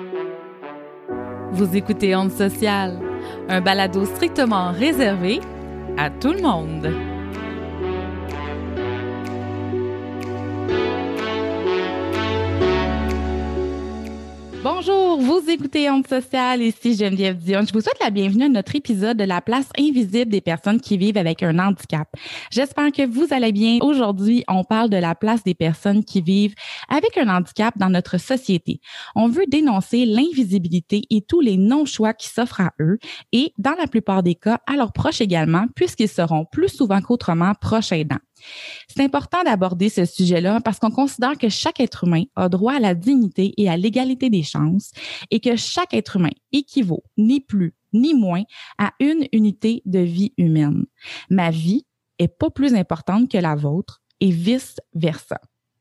Vous écoutez Ondes sociales, un balado strictement réservé à tout le monde. Bonjour, vous écoutez Ondes sociales, ici Geneviève Dion. Je vous souhaite la bienvenue à notre épisode de la place invisible des personnes qui vivent avec un handicap. J'espère que vous allez bien. Aujourd'hui, on parle de la place des personnes qui vivent avec un handicap dans notre société. On veut dénoncer l'invisibilité et tous les non-choix qui s'offrent à eux et, dans la plupart des cas, à leurs proches également, puisqu'ils seront plus souvent qu'autrement proches aidants. C'est important d'aborder ce sujet-là parce qu'on considère que chaque être humain a droit à la dignité et à l'égalité des chances et que chaque être humain équivaut ni plus ni moins à une unité de vie humaine. Ma vie est pas plus importante que la vôtre et vice-versa.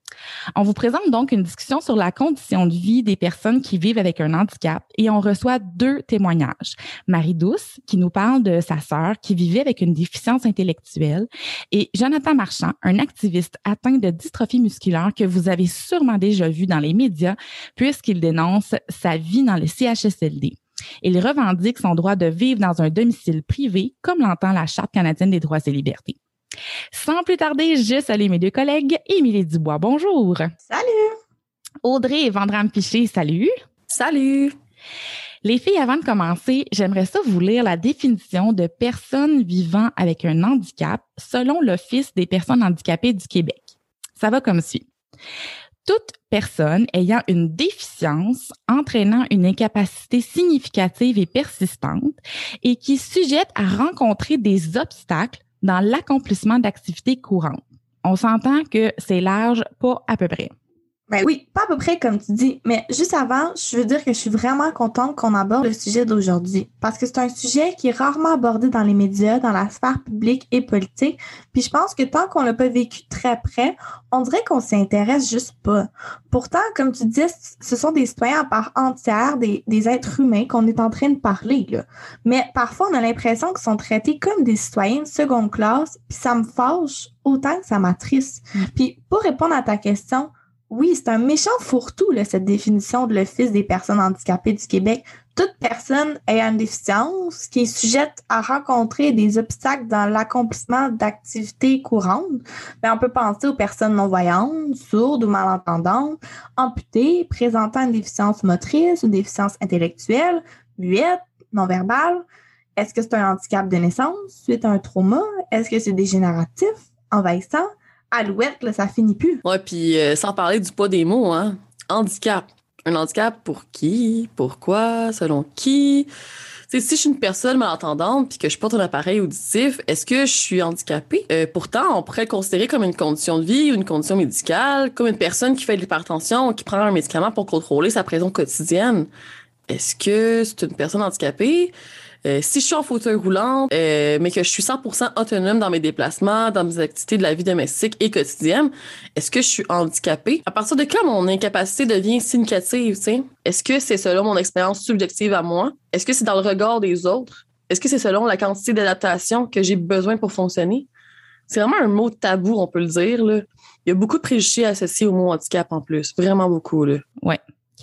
On vous présente donc une discussion sur la condition de vie des personnes qui vivent avec un handicap et on reçoit 2 témoignages. Marie-Douce, qui nous parle de sa sœur qui vivait avec une déficience intellectuelle, et Jonathan Marchand, un activiste atteint de dystrophie musculaire que vous avez sûrement déjà vu dans les médias puisqu'il dénonce sa vie dans le CHSLD. Il revendique son droit de vivre dans un domicile privé, comme l'entend la Charte canadienne des droits et libertés. Sans plus tarder, je salue mes 2 collègues. Émilie Dubois, bonjour. Salut. Audrey Vandram-Piché, salut. Salut. Les filles, avant de commencer, j'aimerais ça vous lire la définition de personnes vivant avec un handicap selon l'Office des personnes handicapées du Québec. Ça va comme suit. Toute personne ayant une déficience entraînant une incapacité significative et persistante et qui est sujette à rencontrer des obstacles dans l'accomplissement d'activités courantes. On s'entend que c'est large, pas à peu près. Ben oui, pas à peu près comme tu dis, mais juste avant, je veux dire que je suis vraiment contente qu'on aborde le sujet d'aujourd'hui parce que c'est un sujet qui est rarement abordé dans les médias, dans la sphère publique et politique, puis je pense que tant qu'on l'a pas vécu très près, on dirait qu'on s'y intéresse juste pas. Pourtant, comme tu dis, ce sont des citoyens à part entière, des êtres humains qu'on est en train de parler, là. Mais parfois, on a l'impression qu'ils sont traités comme des citoyens de seconde classe, puis ça me fâche autant que ça m'attriste. Puis pour répondre à ta question, oui, c'est un méchant fourre-tout, là, cette définition de l'Office des personnes handicapées du Québec. Toute personne ayant une déficience qui est sujette à rencontrer des obstacles dans l'accomplissement d'activités courantes, bien, on peut penser aux personnes non-voyantes, sourdes ou malentendantes, amputées, présentant une déficience motrice ou déficience intellectuelle, muette, non-verbale. Est-ce que c'est un handicap de naissance suite à un trauma? Est-ce que c'est dégénératif, envahissant? Alouette, là, ça finit plus. Ouais, puis sans parler du poids des mots, hein. Handicap. Un handicap pour qui? Pourquoi? Selon qui? Tu sais, si je suis une personne malentendante puis que je porte un appareil auditif, est-ce que je suis handicapée? Pourtant, on pourrait le considérer comme une condition de vie ou une condition médicale, comme une personne qui fait de l'hypertension ou qui prend un médicament pour contrôler sa pression quotidienne. Est-ce que c'est une personne handicapée? Si je suis en fauteuil roulant, mais que je suis 100% autonome dans mes déplacements, dans mes activités de la vie domestique et quotidienne, est-ce que je suis handicapée? À partir de quand mon incapacité devient significative, tu sais? Est-ce que c'est selon mon expérience subjective à moi? Est-ce que c'est dans le regard des autres? Est-ce que c'est selon la quantité d'adaptation que j'ai besoin pour fonctionner? C'est vraiment un mot tabou, on peut le dire, là. Il y a beaucoup de préjugés associés au mot handicap en plus. Vraiment beaucoup, là. Ouais.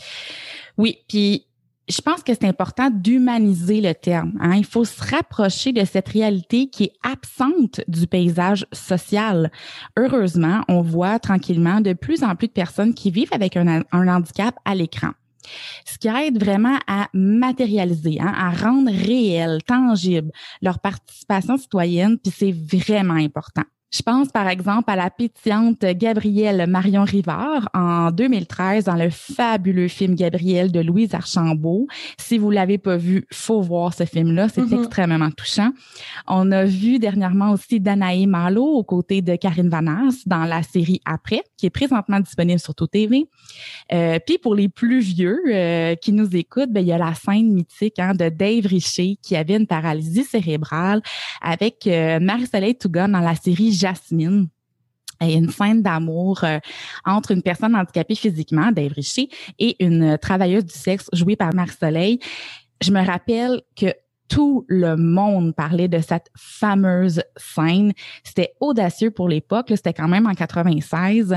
Oui, puis je pense que c'est important d'humaniser le terme. Hein? Il faut se rapprocher de cette réalité qui est absente du paysage social. Heureusement, on voit tranquillement de plus en plus de personnes qui vivent avec un handicap à l'écran. Ce qui aide vraiment à matérialiser, hein, à rendre réel, tangible leur participation citoyenne, puis c'est vraiment important. Je pense par exemple à la pétillante Gabrielle Marion Rivard en 2013 dans le fabuleux film Gabrielle de Louise Archambault. Si vous l'avez pas vu, faut voir ce film-là, c'est extrêmement touchant. On a vu dernièrement aussi Danae Malo aux côtés de Karine Vanasse dans la série Après, qui est présentement disponible sur TOUTV. Puis pour les plus vieux qui nous écoutent, ben il y a la scène mythique de Dave Richer qui avait une paralysie cérébrale avec Marie-Soleil Tougon dans la série Jasmine. Il y a une scène d'amour entre une personne handicapée physiquement, Dave Richer, et une travailleuse du sexe jouée par Marie-Soleil. Je me rappelle que tout le monde parlait de cette fameuse scène. C'était audacieux pour l'époque, là, c'était quand même en 96.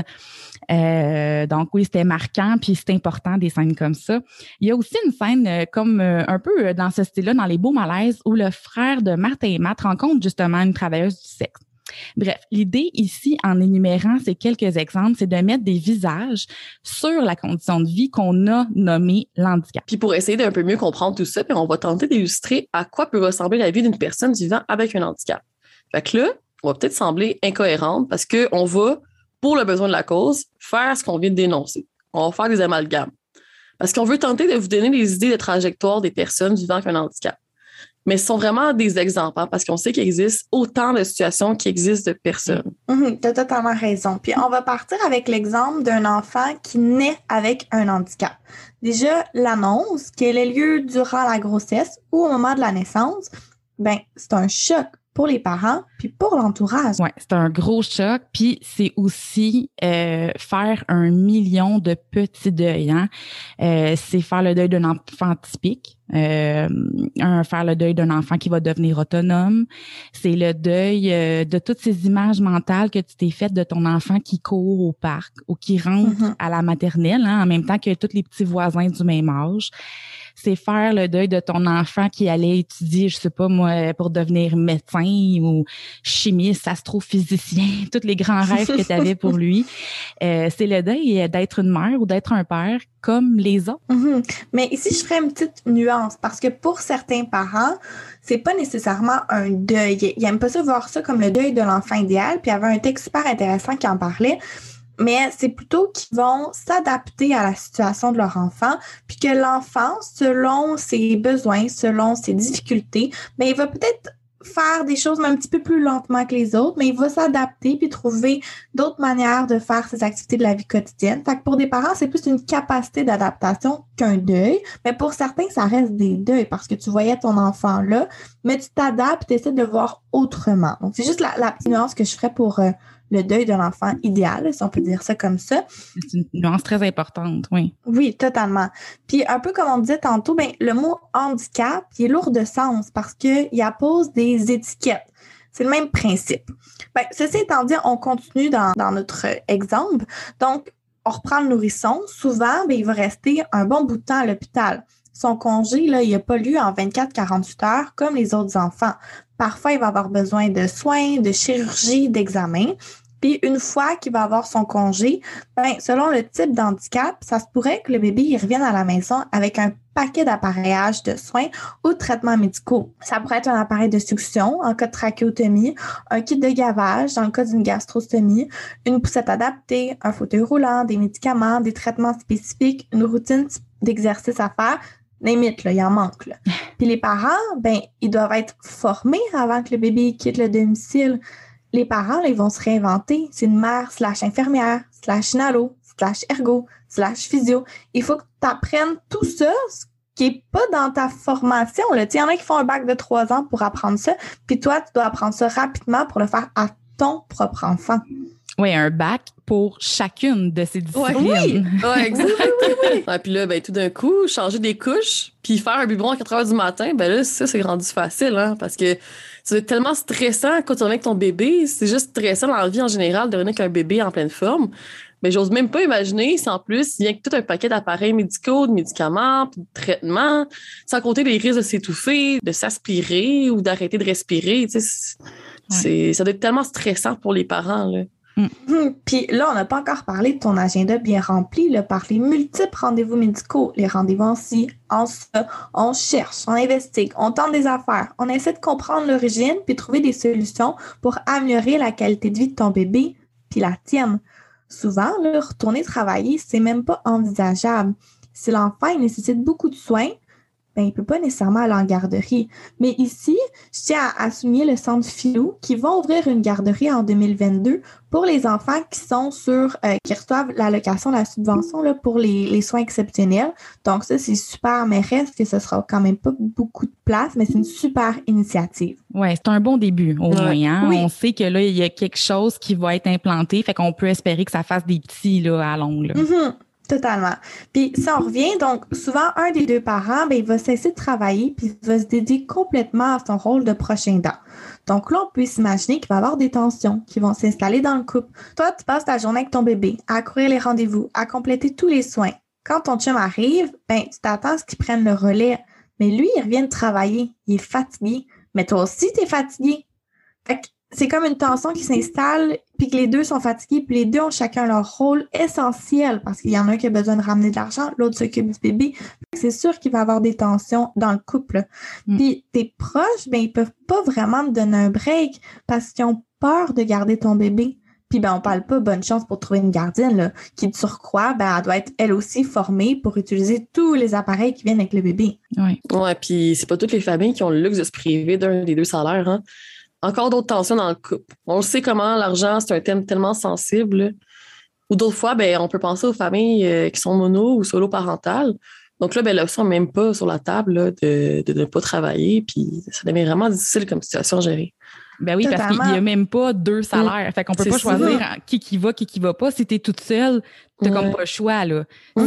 Donc oui, c'était marquant, puis c'est important des scènes comme ça. Il y a aussi une scène comme un peu dans ce style-là, dans Les Beaux Malaises, où le frère de Marthe et Matt rencontre justement une travailleuse du sexe. Bref, l'idée ici, en énumérant ces quelques exemples, c'est de mettre des visages sur la condition de vie qu'on a nommée l'handicap. Puis pour essayer d'un peu mieux comprendre tout ça, puis on va tenter d'illustrer à quoi peut ressembler la vie d'une personne vivant avec un handicap. Fait que là, on va peut-être sembler incohérente parce qu'on va, pour le besoin de la cause, faire ce qu'on vient de dénoncer. On va faire des amalgames. Parce qu'on veut tenter de vous donner des idées de trajectoire des personnes vivant avec un handicap. Mais ce sont vraiment des exemples, hein, parce qu'on sait qu'il existe autant de situations qu'il existe de personnes. Tu as totalement raison. Puis on va partir avec l'exemple d'un enfant qui naît avec un handicap. Déjà, l'annonce, qu'elle ait lieu durant la grossesse ou au moment de la naissance, ben c'est un choc pour les parents puis pour l'entourage. Ouais, c'est un gros choc, puis c'est aussi faire 1 million de petits deuils, hein. C'est faire le deuil d'un enfant typique, faire le deuil d'un enfant qui va devenir autonome, c'est le deuil de toutes ces images mentales que tu t'es faites de ton enfant qui court au parc ou qui rentre à la maternelle, hein, en même temps que tous les petits voisins du même âge. C'est faire le deuil de ton enfant qui allait étudier, je sais pas moi, pour devenir médecin ou chimiste, astrophysicien, tous les grands rêves que tu avais pour lui. C'est le deuil d'être une mère ou d'être un père comme les autres. Mais ici, je ferais une petite nuance parce que pour certains parents, c'est pas nécessairement un deuil. Ils aiment pas ça voir ça comme le deuil de l'enfant idéal. Puis il y avait un texte super intéressant qui en parlait. Mais c'est plutôt qu'ils vont s'adapter à la situation de leur enfant, puis que l'enfant, selon ses besoins, selon ses difficultés, ben il va peut-être faire des choses un petit peu plus lentement que les autres, mais il va s'adapter puis trouver d'autres manières de faire ses activités de la vie quotidienne. Fait que pour des parents, c'est plus une capacité d'adaptation qu'un deuil, mais pour certains, ça reste des deuils parce que tu voyais ton enfant là, mais tu t'adaptes, tu essaies de le voir autrement. Donc, c'est juste la petite nuance que je ferais pour le deuil de l'enfant idéal, si on peut dire ça comme ça. C'est une nuance très importante, oui. Oui, totalement. Puis un peu comme on disait tantôt, ben le mot handicap, il est lourd de sens parce qu'il appose des étiquettes. C'est le même principe. Ben, ceci étant dit, on continue dans notre exemple. Donc, on reprend le nourrisson. Souvent, ben, il va rester un bon bout de temps à l'hôpital. Son congé, là, il n'a pas lieu en 24-48 heures comme les autres enfants. Parfois, il va avoir besoin de soins, de chirurgie, d'examens. Puis une fois qu'il va avoir son congé, ben, selon le type d'handicap, ça se pourrait que le bébé il revienne à la maison avec un paquet d'appareillages de soins ou de traitements médicaux. Ça pourrait être un appareil de succion en cas de trachéotomie, un kit de gavage dans le cas d'une gastrostomie, une poussette adaptée, un fauteuil roulant, des médicaments, des traitements spécifiques, une routine d'exercice à faire. Limite, là, il en manque. Là. Puis les parents, ben, ils doivent être formés avant que le bébé quitte le domicile. Les parents, là, ils vont se réinventer. C'est une mère /infirmière, /nalo, /ergo, /physio. Il faut que tu apprennes tout ça, ce qui n'est pas dans ta formation. Il y en a qui font un bac de 3 ans pour apprendre ça. Puis toi, tu dois apprendre ça rapidement pour le faire à ton propre enfant. Oui, un bac pour chacune de ces disciplines. Ouais, exactement. Oui. Ouais, puis là, ben, tout d'un coup, changer des couches, puis faire un biberon à 4 heures du matin, ben là, ça, c'est rendu facile, hein, parce que c'est tellement stressant quand tu reviens avec ton bébé. C'est juste stressant dans la vie en général de revenir avec un bébé en pleine forme. Mais j'ose même pas imaginer si en plus, il y a tout un paquet d'appareils médicaux, de médicaments, puis de traitements, sans compter les risques de s'étouffer, de s'aspirer ou d'arrêter de respirer. Tu sais, ça doit être tellement stressant pour les parents, là. Puis là, on n'a pas encore parlé de ton agenda bien rempli là, par les multiples rendez-vous médicaux, les rendez-vous en ci, en ça, on cherche, on investigue, on tente des affaires, on essaie de comprendre l'origine puis trouver des solutions pour améliorer la qualité de vie de ton bébé puis la tienne. Souvent, là, retourner travailler, c'est même pas envisageable. Si l'enfant il nécessite beaucoup de soins, ben, il ne peut pas nécessairement aller en garderie. Mais ici, je tiens à souligner le Centre Filou qui va ouvrir une garderie en 2022 pour les enfants qui sont qui reçoivent l'allocation, la subvention là, pour les soins exceptionnels. Donc ça, c'est super, mais reste que ce sera quand même pas beaucoup de place, mais c'est une super initiative. Oui, c'est un bon début au moins. Hein? Oui. On sait que là, il y a quelque chose qui va être implanté, fait qu'on peut espérer que ça fasse des petits là, à longue. Là. Totalement. Puis si on revient, donc souvent, un des deux parents, ben, il va cesser de travailler puis il va se dédier complètement à son rôle de prochain aidant. Donc là, on peut s'imaginer qu'il va y avoir des tensions qui vont s'installer dans le couple. Toi, tu passes ta journée avec ton bébé, à courir les rendez-vous, à compléter tous les soins. Quand ton chum arrive, ben, tu t'attends à ce qu'il prenne le relais. Mais lui, il revient de travailler, il est fatigué. Mais toi aussi, tu es fatigué. Fait que c'est comme une tension qui s'installe, puis que les deux sont fatigués, puis les deux ont chacun leur rôle essentiel, parce qu'il y en a un qui a besoin de ramener de l'argent, l'autre s'occupe du bébé. C'est sûr qu'il va y avoir des tensions dans le couple. Puis tes proches, ben, ils peuvent pas vraiment te donner un break parce qu'ils ont peur de garder ton bébé. Puis ben, on parle pas bonne chance pour trouver une gardienne, là, qui de surcroît, ben, elle doit être elle aussi formée pour utiliser tous les appareils qui viennent avec le bébé. Oui. Ouais, puis c'est pas toutes les familles qui ont le luxe de se priver d'un des deux salaires, hein. Encore d'autres tensions dans le couple. On sait comment l'argent, c'est un thème tellement sensible. Ou d'autres fois, ben, on peut penser aux familles qui sont mono ou solo-parentales. Donc là, ben, l'option n'est même pas sur la table là, de ne pas travailler. Puis ça devient vraiment difficile comme situation à gérer. Ben oui, parce qu'il n'y a même pas deux salaires. Fait qu'on peut pas choisir qui va pas. Si t'es toute seule, t'as comme pas le choix, là.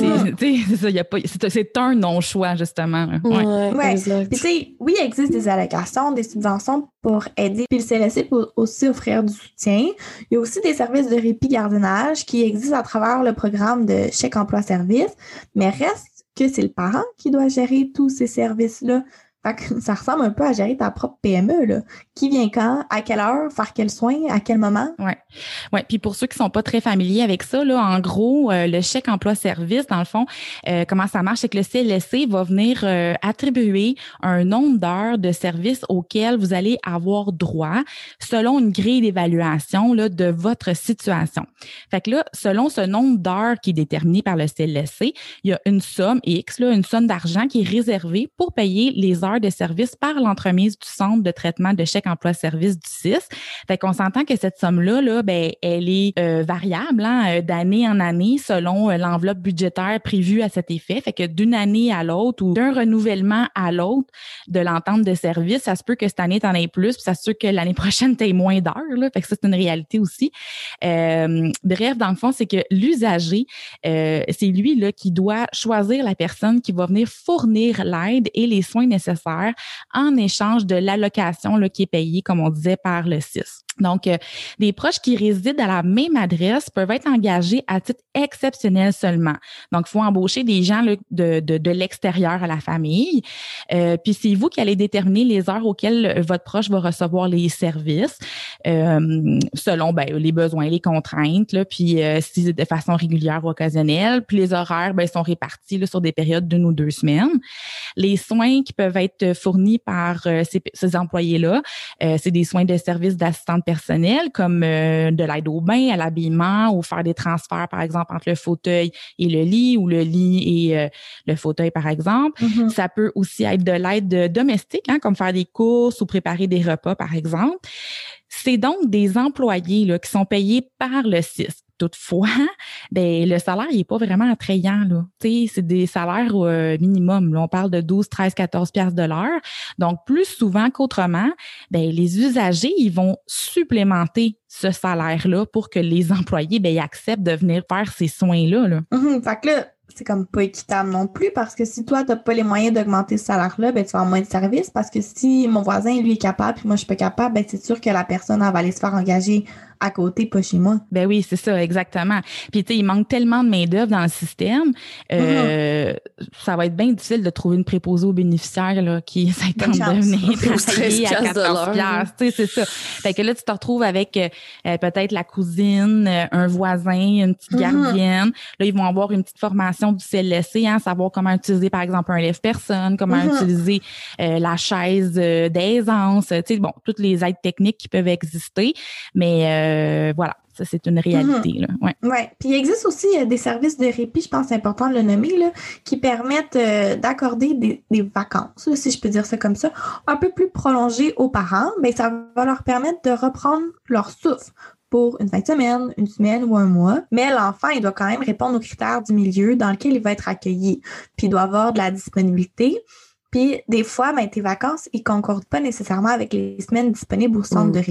C'est ça, c'est un non-choix, justement. Ouais. Puis tu sais, oui, il existe des allocations, des subventions pour aider. Puis le CLSC peut aussi offrir du soutien. Il y a aussi des services de répit gardiennage qui existent à travers le programme de chèque emploi-service. Mais reste que c'est le parent qui doit gérer tous ces services-là. Fait que ça ressemble un peu à gérer ta propre PME, là. Qui vient quand, à quelle heure, faire quel soin, à quel moment. Ouais. Puis pour ceux qui sont pas très familiers avec ça, là, en gros, le chèque emploi-service, dans le fond, comment ça marche, c'est que le CLSC va venir attribuer un nombre d'heures de service auquel vous allez avoir droit selon une grille d'évaluation là, de votre situation. Fait que là, selon ce nombre d'heures qui est déterminé par le CLSC, il y a une somme X, là, une somme d'argent qui est réservée pour payer les heures de service par l'entremise du centre de traitement de chèque emploi-service du CIS. Fait qu'on s'entend que cette somme-là, là, ben, elle est variable hein, d'année en année selon l'enveloppe budgétaire prévue à cet effet. Fait que d'une année à l'autre ou d'un renouvellement à l'autre de l'entente de service, ça se peut que cette année, tu en aies plus, puis ça se peut que l'année prochaine, tu aies moins d'heures. Là. Fait que ça, c'est une réalité aussi. Bref, dans le fond, c'est que l'usager, c'est lui là qui doit choisir la personne qui va venir fournir l'aide et les soins nécessaires en échange de l'allocation là, qui est payée, comme on disait, par le CIS. Donc, des proches qui résident à la même adresse peuvent être engagés à titre exceptionnel seulement. Donc, il faut embaucher des gens là, de l'extérieur à la famille. Puis, c'est vous qui allez déterminer les heures auxquelles votre proche va recevoir les services selon les besoins, les contraintes, là, puis si de façon régulière ou occasionnelle. Puis, les horaires sont répartis là, sur des périodes d'1 ou 2 semaines. Les soins qui peuvent être fournis par ces employés-là, c'est des soins de service d'assistante personnelle comme de l'aide au bain, à l'habillement ou faire des transferts, par exemple, entre le fauteuil et le lit ou le lit et le fauteuil, par exemple. Mm-hmm. Ça peut aussi être de l'aide domestique, hein, comme faire des courses ou préparer des repas, par exemple. C'est donc des employés là, qui sont payés par le CIS. Toutefois, le salaire il est pas vraiment attrayant là. Tu sais, c'est des salaires minimum. Là, on parle de 12, 13, 14 piastres de l'heure. Donc plus souvent qu'autrement, les usagers ils vont supplémenter ce salaire-là pour que les employés ils acceptent de venir faire ces soins-là. Là. Mm-hmm. Fait que là, c'est comme pas équitable non plus parce que si toi, t'as pas les moyens d'augmenter ce salaire-là, tu vas avoir moins de services parce que si mon voisin, lui, est capable puis moi, je suis pas capable, c'est sûr que la personne, elle va aller se faire engager à côté, pas chez moi. Ben oui, c'est ça, exactement. Puis, tu sais, il manque tellement de main-d'œuvre dans le système, ça va être bien difficile de trouver une préposée aux bénéficiaires là, qui s'attendent de venir travailler à 14 piastres. Tu sais, c'est ça. Fait que là, tu te retrouves avec peut-être la cousine, un voisin, une petite gardienne. Là, ils vont avoir une petite formation du CLSC, hein, savoir comment utiliser, par exemple, un lève-personne, comment utiliser la chaise d'aisance, tu sais, toutes les aides techniques qui peuvent exister. Mais voilà, ça, c'est une réalité. Là. Ouais. Puis il existe aussi des services de répit, je pense que c'est important de le nommer, là, qui permettent d'accorder des vacances, là, si je peux dire ça comme ça, un peu plus prolongées aux parents. Ça va leur permettre de reprendre leur souffle pour une fin de semaine, une semaine ou un mois. Mais l'enfant, il doit quand même répondre aux critères du milieu dans lequel il va être accueilli. Puis il doit avoir de la disponibilité. Puis, des fois, tes vacances, ils ne concordent pas nécessairement avec les semaines disponibles au centre de répit.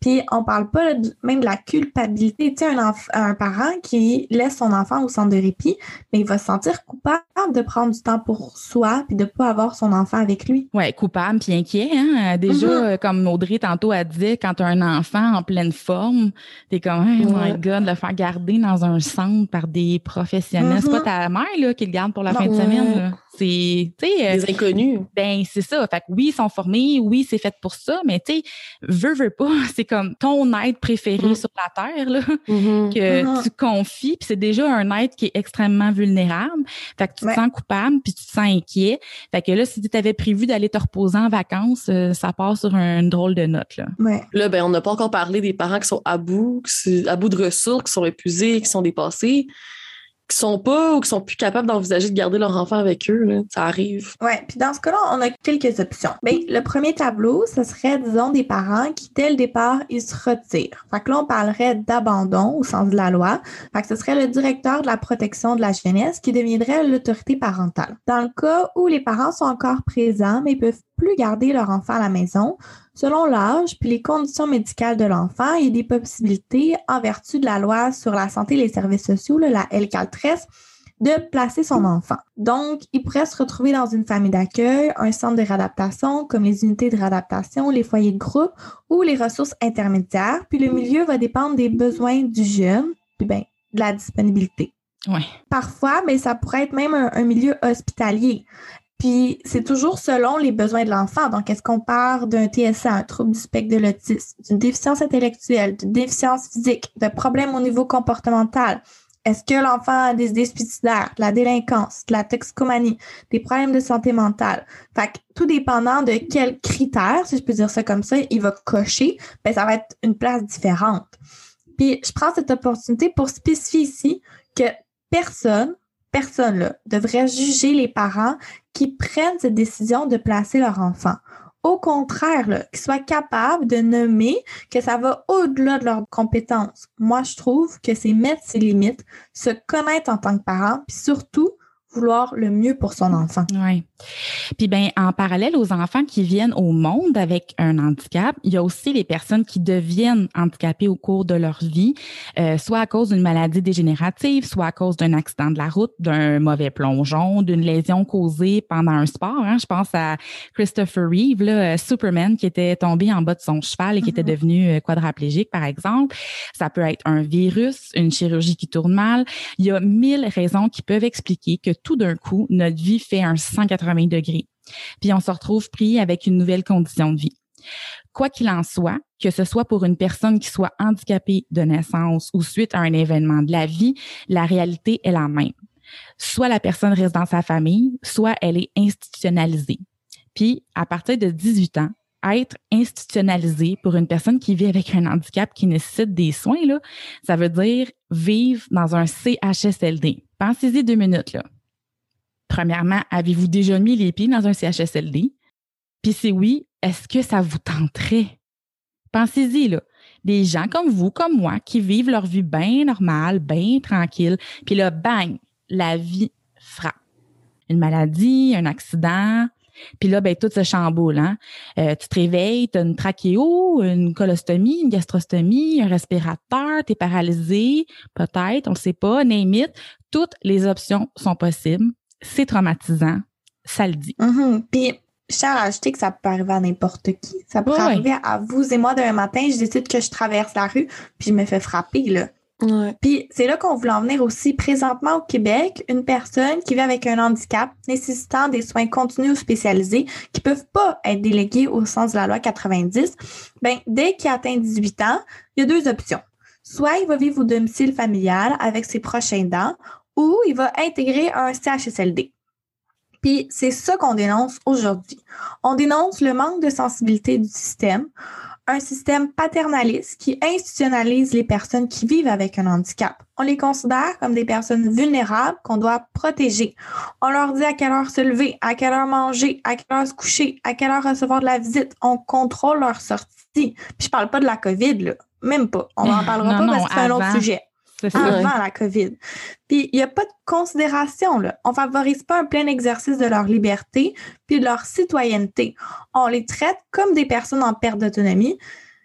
Puis on parle pas même de la culpabilité. Tu sais, un parent qui laisse son enfant au centre de répit, mais il va se sentir coupable de prendre du temps pour soi puis de pas avoir son enfant avec lui. Ouais, coupable puis inquiet, hein. Déjà, comme Audrey tantôt a dit, quand tu as un enfant en pleine forme, t'es comme, oh my God, le faire garder dans un centre par des professionnels. C'est pas ta mère, là, qui le garde pour la fin de semaine, là. C'est, tu sais. Des inconnus. Ben, c'est ça. Fait que oui, ils sont formés, oui, c'est fait pour ça, mais tu sais, veux pas, c'est comme ton être préféré sur la terre, là, que tu confies, puis c'est déjà un être qui est extrêmement vulnérable. Fait que tu te sens coupable, puis tu te sens inquiet. Fait que là, si tu avais prévu d'aller te reposer en vacances, ça part sur une drôle de note, là. Ouais. Là, ben, on n'a pas encore parlé des parents qui sont à bout de ressources, qui sont épuisés, qui sont dépassés, qui sont pas ou qui sont plus capables d'envisager de garder leur enfant avec eux, là. Ça arrive. Ouais, puis dans ce cas-là, on a quelques options. Ben, le premier tableau, ce serait, disons, des parents qui, dès le départ, ils se retirent. Fait que là, on parlerait d'abandon au sens de la loi. Fait que ce serait le directeur de la protection de la jeunesse qui deviendrait l'autorité parentale. Dans le cas où les parents sont encore présents, mais ils peuvent plus garder leur enfant à la maison, selon l'âge puis les conditions médicales de l'enfant, il y a des possibilités en vertu de la loi sur la santé et les services sociaux, là, la L4S, de placer son enfant. Donc, il pourrait se retrouver dans une famille d'accueil, un centre de réadaptation, comme les unités de réadaptation, les foyers de groupe ou les ressources intermédiaires. Puis le milieu va dépendre des besoins du jeune, puis ben, de la disponibilité. Ouais. Parfois, mais ça pourrait être même un milieu hospitalier. Puis, c'est toujours selon les besoins de l'enfant. Donc, est-ce qu'on part d'un TSA, un trouble du spectre de l'autisme, d'une déficience intellectuelle, d'une déficience physique, de problèmes au niveau comportemental? Est-ce que l'enfant a des idées suicidaires, de la délinquance, de la toxicomanie, des problèmes de santé mentale? Fait que tout dépendant de quels critères, si je peux dire ça comme ça, il va cocher, ben ça va être une place différente. Puis, je prends cette opportunité pour spécifier ici que personne là, devrait juger les parents qui prennent cette décision de placer leur enfant. Au contraire, là, qu'ils soient capables de nommer que ça va au-delà de leurs compétences. Moi, je trouve que c'est mettre ses limites, se connaître en tant que parent, puis surtout, vouloir le mieux pour son enfant. Oui. Puis ben en parallèle aux enfants qui viennent au monde avec un handicap, il y a aussi les personnes qui deviennent handicapées au cours de leur vie, soit à cause d'une maladie dégénérative, soit à cause d'un accident de la route, d'un mauvais plongeon, d'une lésion causée pendant un sport. Hein. Je pense à Christopher Reeve, là, Superman, qui était tombé en bas de son cheval et qui était devenu quadraplégique, par exemple. Ça peut être un virus, une chirurgie qui tourne mal. Il y a 1000 raisons qui peuvent expliquer que tout d'un coup, notre vie fait un 180 degrés. Puis on se retrouve pris avec une nouvelle condition de vie. Quoi qu'il en soit, que ce soit pour une personne qui soit handicapée de naissance ou suite à un événement de la vie, la réalité est la même. Soit la personne reste dans sa famille, soit elle est institutionnalisée. Puis, à partir de 18 ans, être institutionnalisé pour une personne qui vit avec un handicap qui nécessite des soins, là, ça veut dire vivre dans un CHSLD. Pensez-y 2 minutes, là. Premièrement, avez-vous déjà mis les pieds dans un CHSLD? Puis si oui, est-ce que ça vous tenterait? Pensez-y, là. Des gens comme vous, comme moi, qui vivent leur vie bien normale, bien tranquille, puis là, bang, la vie frappe. Une maladie, un accident, puis là, ben tout se chamboule, hein. Tu te réveilles, tu as une trachéo, une colostomie, une gastrostomie, un respirateur, tu es paralysé, peut-être, on le sait pas, name it. Toutes les options sont possibles. C'est traumatisant, ça le dit. Puis, je tiens à rajouter que ça peut arriver à n'importe qui. Ça peut arriver à vous et moi d'un matin, je décide que je traverse la rue, puis je me fais frapper, là. Ouais. Puis, c'est là qu'on voulait en venir aussi. Présentement, au Québec, une personne qui vit avec un handicap nécessitant des soins continus ou spécialisés qui peuvent pas être délégués au sens de la loi 90, ben, dès qu'il atteint 18 ans, il y a 2 options. Soit il va vivre au domicile familial avec ses proches aidants, ou il va intégrer un CHSLD. Puis c'est ça qu'on dénonce aujourd'hui. On dénonce le manque de sensibilité du système, un système paternaliste qui institutionnalise les personnes qui vivent avec un handicap. On les considère comme des personnes vulnérables qu'on doit protéger. On leur dit à quelle heure se lever, à quelle heure manger, à quelle heure se coucher, à quelle heure recevoir de la visite. On contrôle leur sortie. Puis je parle pas de la COVID, là. Même pas. On n'en parlera pas parce que c'est un autre sujet. Avant la COVID. Puis, il n'y a pas de considération, là. On ne favorise pas un plein exercice de leur liberté puis de leur citoyenneté. On les traite comme des personnes en perte d'autonomie.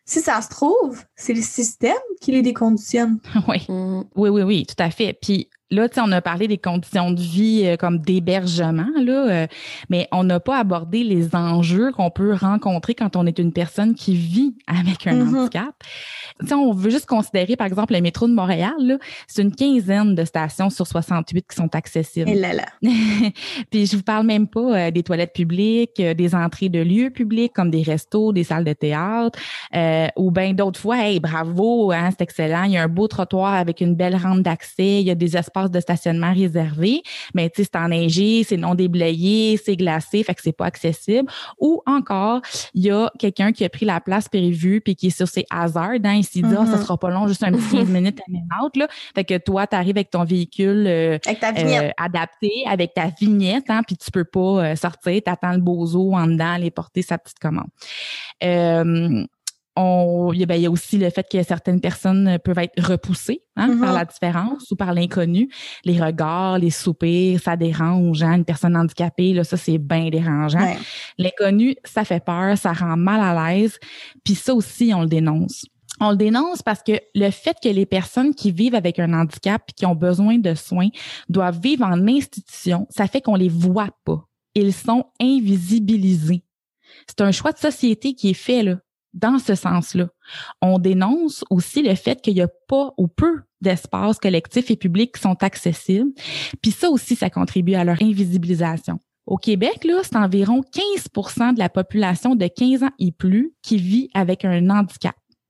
si ça se trouve, c'est le système qui les déconditionne. Oui. Oui, tout à fait. Puis là, tu sais, on a parlé des conditions de vie comme d'hébergement, là, mais on n'a pas abordé les enjeux qu'on peut rencontrer quand on est une personne qui vit avec un handicap. Tu sais, on veut juste considérer, par exemple, le métro de Montréal, là, c'est une quinzaine de stations sur 68 qui sont accessibles. Et là là. Puis je vous parle même pas des toilettes publiques, des entrées de lieux publics comme des restos, des salles de théâtre, ou bien d'autres fois, hey, bravo, hein, c'est excellent, il y a un beau trottoir avec une belle rampe d'accès, il y a des espaces de stationnement réservés, mais tu sais, c'est enneigé, c'est non déblayé, c'est glacé, fait que c'est pas accessible. Ou encore, il y a quelqu'un qui a pris la place prévue puis qui est sur ses hasards, hein, il s'est dit, ça sera pas long, juste un petit 15 minutes à out, là. Fait que toi, t'arrives avec ton véhicule avec ta vignette. Adapté, avec ta vignette, hein, puis tu peux pas sortir, t'attends le bozo en dedans, aller porter sa petite commande. Il y a aussi le fait que certaines personnes peuvent être repoussées par la différence ou par l'inconnu. Les regards, les soupirs, ça dérange. Hein? Une personne handicapée, là, ça, c'est bien dérangeant. Ouais. L'inconnu, ça fait peur, ça rend mal à l'aise. Puis ça aussi, on le dénonce. On le dénonce parce que le fait que les personnes qui vivent avec un handicap et qui ont besoin de soins doivent vivre en institution, ça fait qu'on les voit pas. Ils sont invisibilisés. C'est un choix de société qui est fait, là, dans ce sens-là. On dénonce aussi le fait qu'il n'y a pas ou peu d'espaces collectifs et publics qui sont accessibles. Puis ça aussi, ça contribue à leur invisibilisation. Au Québec, là, c'est environ 15% de la population de 15 ans et plus qui vit avec un handicap.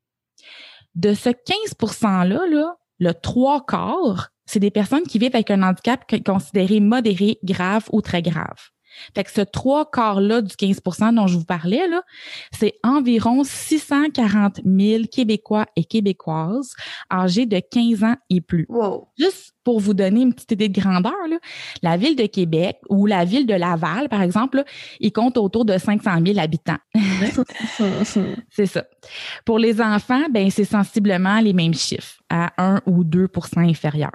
De ce 15%-là, là, le 3/4, c'est des personnes qui vivent avec un handicap considéré modéré, grave ou très grave. Fait que ce 3/4-là du 15% dont je vous parlais, là, c'est environ 640 000 Québécois et Québécoises âgés de 15 ans et plus. Wow. Juste pour vous donner une petite idée de grandeur, là, la ville de Québec ou la ville de Laval, par exemple, là, ils comptent autour de 500 000 habitants. C'est ça. Pour les enfants, ben c'est sensiblement les mêmes chiffres, à 1 ou 2% inférieurs.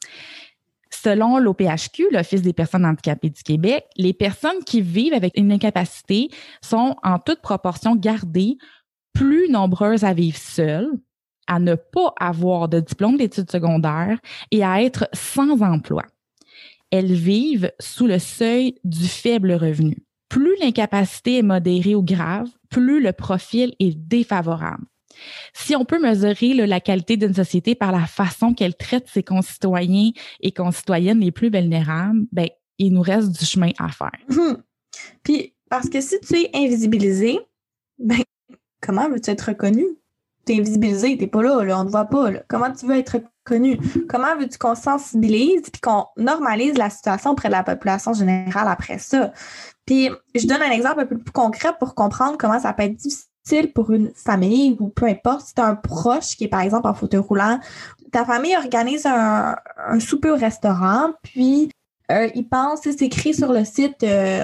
Selon l'OPHQ, l'Office des personnes handicapées du Québec, les personnes qui vivent avec une incapacité sont en toute proportion gardées plus nombreuses à vivre seules, à ne pas avoir de diplôme d'études secondaires et à être sans emploi. Elles vivent sous le seuil du faible revenu. Plus l'incapacité est modérée ou grave, plus le profil est défavorable. Si on peut mesurer là, la qualité d'une société par la façon qu'elle traite ses concitoyens et concitoyennes les plus vulnérables, ben il nous reste du chemin à faire. Puis, parce que si tu es invisibilisé, ben comment veux-tu être reconnu? Tu es invisibilisé, t'es pas là, on te voit pas. Là. Comment tu veux être reconnu? Comment veux-tu qu'on sensibilise et qu'on normalise la situation auprès de la population générale après ça? Puis, je donne un exemple un peu plus concret pour comprendre comment ça peut être difficile pour une famille ou peu importe, si tu as un proche qui est par exemple en fauteuil roulant, ta famille organise un souper au restaurant, puis ils pensent, c'est écrit sur le site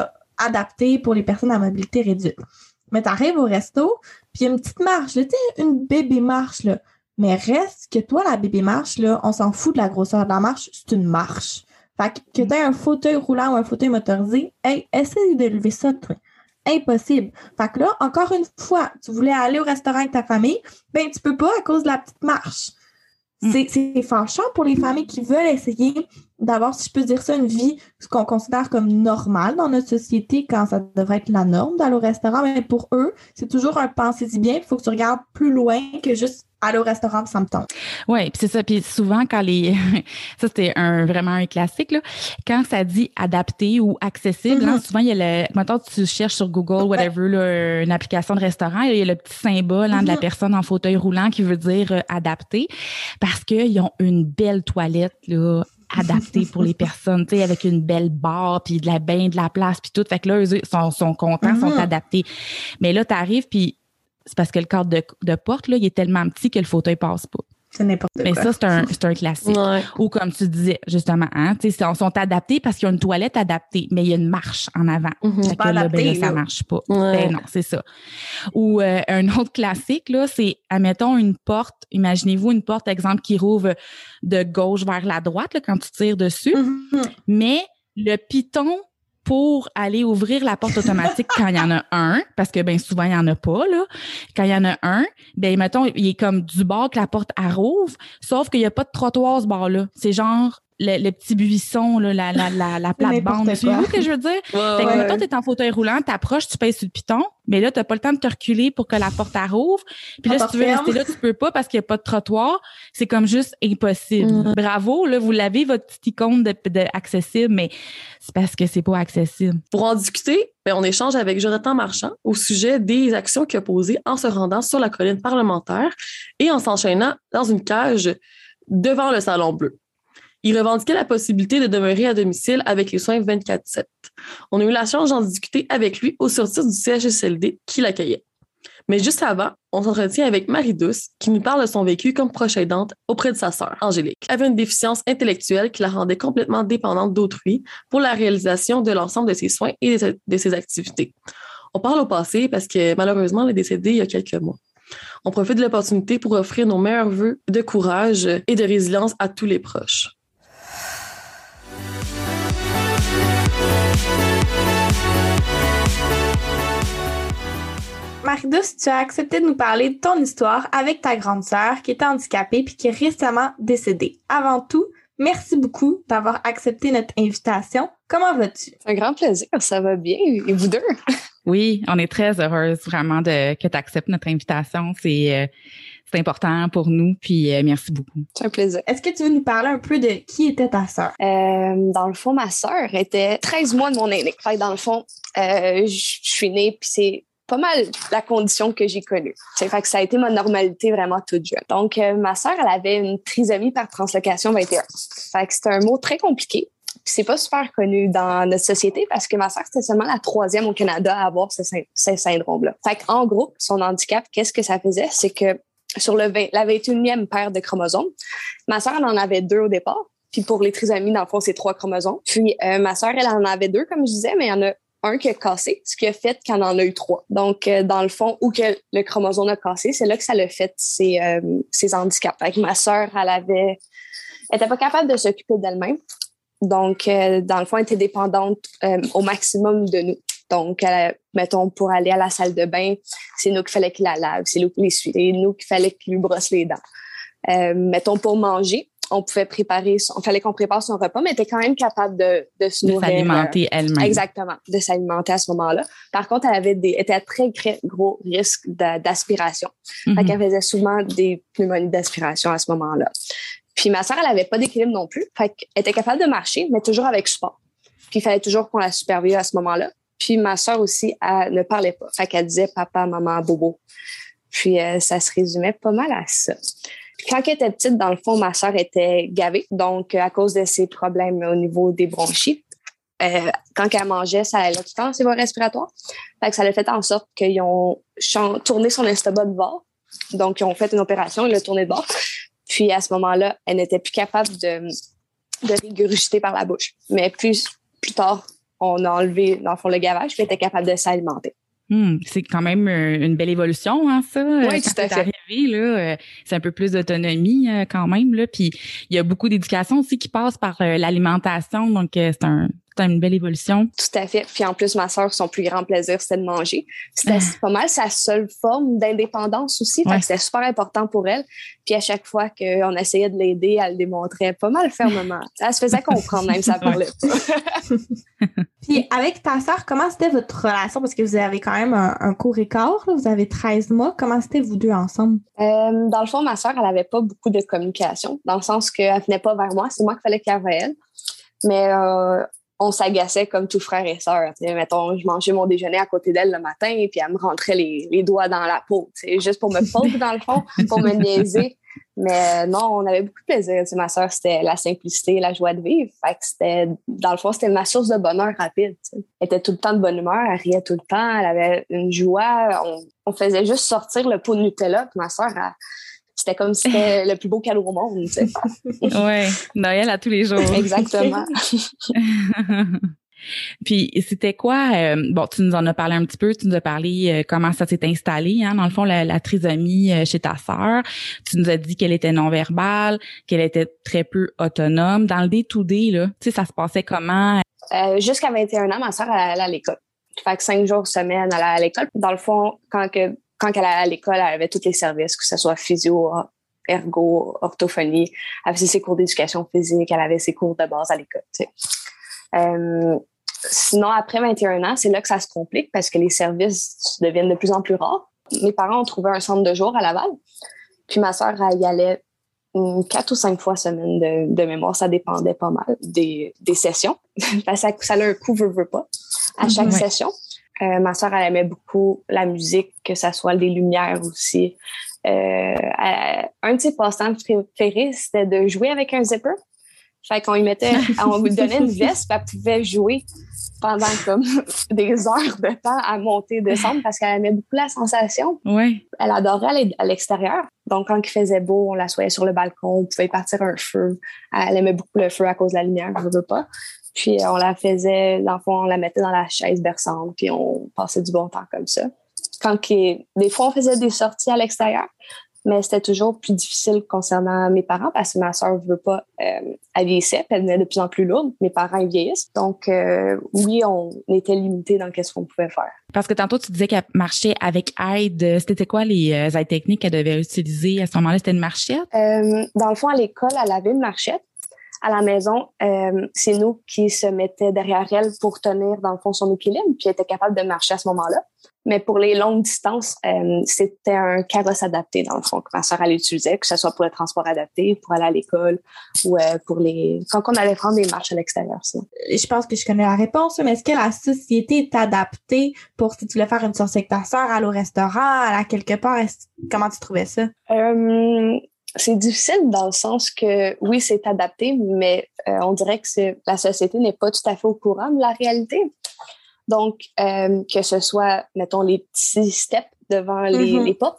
adapté pour les personnes à mobilité réduite. Mais tu arrives au resto, puis il y a une petite marche, tu sais, une bébé marche, là. Mais reste que toi, la bébé marche, là, on s'en fout de la grosseur de la marche, c'est une marche. Fait que tu aies un fauteuil roulant ou un fauteuil motorisé, hey, essaye de lever ça, toi. Impossible. Fait que là, encore une fois, tu voulais aller au restaurant avec ta famille, ben tu peux pas à cause de la petite marche. C'est fâchant pour les familles qui veulent essayer d'avoir, si je peux dire ça, une vie, ce qu'on considère comme normale dans notre société quand ça devrait être la norme d'aller au restaurant. Mais pour eux, c'est toujours un pensez-y bien. Il faut que tu regardes plus loin que juste aller au restaurant, ça me tente. Oui, puis c'est ça. Puis souvent, quand ça, c'était vraiment un classique, là. Quand ça dit adapté ou accessible, hein, souvent, il y a maintenant, tu cherches sur Google, whatever, là, une application de restaurant, il y a le petit symbole de la personne en fauteuil roulant qui veut dire adapté, parce qu'ils ont une belle toilette, là, adaptée pour les personnes, tu sais, avec une belle barre, puis de la place, puis tout. Fait que là, eux sont contents, sont adaptés. Mais là, t'arrives, puis c'est parce que le cadre de porte, là, il est tellement petit que le fauteuil passe pas. C'est n'importe quoi. Mais ça, c'est un classique. Ouais. Ou comme tu disais, justement, hein, tu sais, ils sont adaptés parce qu'il y a une toilette adaptée, mais il y a une marche en avant. C'est pas adapté, là, ça marche pas. Ben non, c'est ça. Ou un autre classique, là, c'est, admettons, une porte, imaginez-vous une porte, exemple, qui rouvre de gauche vers la droite, là, quand tu tires dessus, mais le piton pour aller ouvrir la porte automatique quand il y en a un, parce que ben souvent il y en a pas là. Quand il y en a un, ben mettons il est comme du bord que la porte elle rouvre, sauf qu'il y a pas de trottoir ce bord-là. C'est genre le petit buisson là, la plate-bande. C'est ce que je veux dire. Fait que mettons t'es en fauteuil roulant, t'approches, tu pèses sur le piton, mais là t'as pas le temps de te reculer pour que la porte elle rouvre. Puis là si tu veux rester là, tu peux pas parce qu'il y a pas de trottoir. C'est comme juste impossible. Bravo, là vous l'avez votre petite icône de accessible, mais c'est parce que c'est pas accessible. Pour en discuter, on échange avec Jonathan Marchand au sujet des actions qu'il a posées en se rendant sur la colline parlementaire et en s'enchaînant dans une cage devant le Salon Bleu. Il revendiquait la possibilité de demeurer à domicile avec les soins 24/7. On a eu la chance d'en discuter avec lui au sortir du CHSLD qui l'accueillait. Mais juste avant, on s'entretient avec Marie-Douce qui nous parle de son vécu comme proche aidante auprès de sa sœur, Angélique. Elle avait une déficience intellectuelle qui la rendait complètement dépendante d'autrui pour la réalisation de l'ensemble de ses soins et de ses activités. On parle au passé parce que malheureusement, elle est décédée il y a quelques mois. On profite de l'opportunité pour offrir nos meilleurs vœux de courage et de résilience à tous les proches. Marie-Douce, tu as accepté de nous parler de ton histoire avec ta grande sœur qui était handicapée puis qui est récemment décédée. Avant tout, merci beaucoup d'avoir accepté notre invitation. Comment vas-tu? C'est un grand plaisir, ça va bien. Et vous deux? Oui, on est très heureuse vraiment que tu acceptes notre invitation. C'est important pour nous, puis merci beaucoup. C'est un plaisir. Est-ce que tu veux nous parler un peu de qui était ta sœur? Dans le fond, ma sœur était 13 mois de mon aînée. Fait que dans le fond, je suis née, puis c'est pas mal la condition que j'ai connue. Fait que ça a été ma normalité vraiment toute jeune. Donc, ma sœur, elle avait une trisomie par translocation 21. Fait que c'était un mot très compliqué. Puis c'est pas super connu dans notre société parce que ma sœur, c'était seulement la 3e au Canada à avoir ce syndrome-là. Fait qu'en gros, son handicap, qu'est-ce que ça faisait? C'est que sur la 21e paire de chromosomes, ma sœur, elle en avait 2 au départ. Puis pour les trisomies, dans le fond, c'est 3 chromosomes. Puis ma sœur, elle en avait 2, comme je disais, mais il y en a un qui a cassé, ce qui a fait qu'elle en a eu 3. Donc, dans le fond, où que le chromosome a cassé, c'est là que ça l'a fait ses handicaps. Fait que ma sœur, elle était pas capable de s'occuper d'elle-même. Donc, dans le fond, elle était dépendante au maximum de nous. Donc, mettons, pour aller à la salle de bain, c'est nous qu'il fallait qu'il la lave, c'est nous qui l'essuie, c'est nous qu'il fallait qu'il lui brosse les dents. Mettons, pour manger, fallait qu'on prépare son repas, mais elle était quand même capable de se nourrir. De s'alimenter elle-même. Exactement, de s'alimenter à ce moment-là. Par contre, elle était à très gros risque d'aspiration. Fait qu'elle faisait souvent des pneumonies d'aspiration à ce moment-là. Puis ma sœur, elle avait pas d'équilibre non plus. Fait qu'elle était capable de marcher, mais toujours avec support. Puis il fallait toujours qu'on la supervise à ce moment-là. Puis ma sœur aussi, elle ne parlait pas. Fait qu'elle disait papa, maman, bobo. Puis ça se résumait pas mal à ça. Puis quand elle était petite, dans le fond, ma sœur était gavée. Donc, à cause de ses problèmes au niveau des bronchies, quand elle mangeait, ça allait tout le temps dans ses voies respiratoires. Fait que ça a fait en sorte qu'ils ont tourné son estomac de bord. Donc, ils ont fait une opération, ils l'ont tourné de bord. Puis à ce moment-là, elle n'était plus capable de régurgiter par la bouche. Mais plus tard, on a enlevé, dans le fond, le gavage, puis elle était capable de s'alimenter. C'est quand même une belle évolution, hein, ça. Oui, tout à fait. Arrivé, là, c'est un peu plus d'autonomie quand même, là. Puis il y a beaucoup d'éducation aussi qui passe par l'alimentation, donc c'est une belle évolution. Tout à fait. Puis en plus, ma sœur, son plus grand plaisir, c'était de manger. C'était pas mal sa seule forme d'indépendance aussi. Fait que c'était super important pour elle. Puis à chaque fois qu'on essayait de l'aider, elle le démontrait pas mal fermement. Elle se faisait comprendre même, ça parlait pas. Puis avec ta sœur, comment c'était votre relation? Parce que vous avez quand même un court écart, là. Vous avez 13 mois. Comment c'était vous deux ensemble? Dans le fond, ma sœur, elle avait pas beaucoup de communication, dans le sens qu'elle venait pas vers moi. C'est moi qu'il fallait qu'elle aille vers elle. Mais on s'agaçait comme tout frère et sœur. Mettons, je mangeais mon déjeuner à côté d'elle le matin et puis elle me rentrait les doigts dans la peau. Juste pour me foutre dans le fond, pour me niaiser. Mais non, on avait beaucoup de plaisir. Ma sœur, c'était la simplicité, la joie de vivre. Fait que dans le fond, c'était ma source de bonheur rapide. Elle était tout le temps de bonne humeur, elle riait tout le temps, elle avait une joie. On faisait juste sortir le pot de Nutella. Puis ma sœur, c'était comme si c'était le plus beau cadeau au monde. Oui, Noël à tous les jours. Exactement. Puis c'était quoi, tu nous en as parlé un petit peu, tu nous as parlé comment ça s'est installé, hein, dans le fond, la trisomie chez ta sœur. Tu nous as dit qu'elle était non-verbale, qu'elle était très peu autonome. Dans le day-to-day, là, tu sais, ça se passait comment? Jusqu'à 21 ans, ma sœur, elle allait à l'école. Fait que 5 jours semaine, elle allait à l'école. Dans le fond, quand elle allait à l'école, elle avait tous les services, que ce soit physio, ergo, orthophonie. Elle faisait ses cours d'éducation physique, elle avait ses cours de base à l'école. Sinon, après 21 ans, c'est là que ça se complique parce que les services deviennent de plus en plus rares. Mes parents ont trouvé un centre de jour à Laval. Puis ma sœur, elle y allait 4 ou 5 fois semaine de mémoire. Ça dépendait pas mal des sessions. Parce que ça a un coût, veut pas, à chaque session. Ma sœur, elle aimait beaucoup la musique, que ça soit des lumières aussi. Un de ses passe-temps préférés, c'était de jouer avec un zipper. Fait qu'on on lui donnait une veste, puis elle pouvait jouer pendant comme des heures de temps à monter et descendre parce qu'elle aimait beaucoup la sensation. Oui. Elle adorait aller à l'extérieur. Donc, quand il faisait beau, on l'assoyait sur le balcon, on pouvait partir un feu. Elle aimait beaucoup le feu à cause de la lumière, je veux pas. Puis, on la faisait, dans le fond, on la mettait dans la chaise berçante, puis on passait du bon temps comme ça. Des fois, on faisait des sorties à l'extérieur, mais c'était toujours plus difficile concernant mes parents parce que ma sœur veut pas, elle vieillissait, puis elle devenait de plus en plus lourde. Mes parents, ils vieillissent. Donc, oui, on était limité dans qu'est-ce qu'on pouvait faire. Parce que tantôt, tu disais qu'elle marchait avec aide. C'était quoi les aides techniques qu'elle devait utiliser à ce moment-là? C'était une marchette? Dans le fond, à l'école, elle avait une marchette. À la maison, c'est nous qui se mettions derrière elle pour tenir, dans le fond, son équilibre, puis elle était capable de marcher à ce moment-là. Mais pour les longues distances, c'était un carrosse adapté, dans le fond, que ma sœur, elle utilisait, que ce soit pour le transport adapté, pour aller à l'école ou quand on allait prendre des marches à l'extérieur. Ça. Je pense que je connais la réponse, mais est-ce que la société est adaptée pour si tu voulais faire une sortie avec ta sœur, aller au restaurant, aller à quelque part? Comment tu trouvais ça? C'est difficile dans le sens que, oui, c'est adapté, mais on dirait que la société n'est pas tout à fait au courant de la réalité. Donc, que ce soit, mettons, les petits steps devant les portes,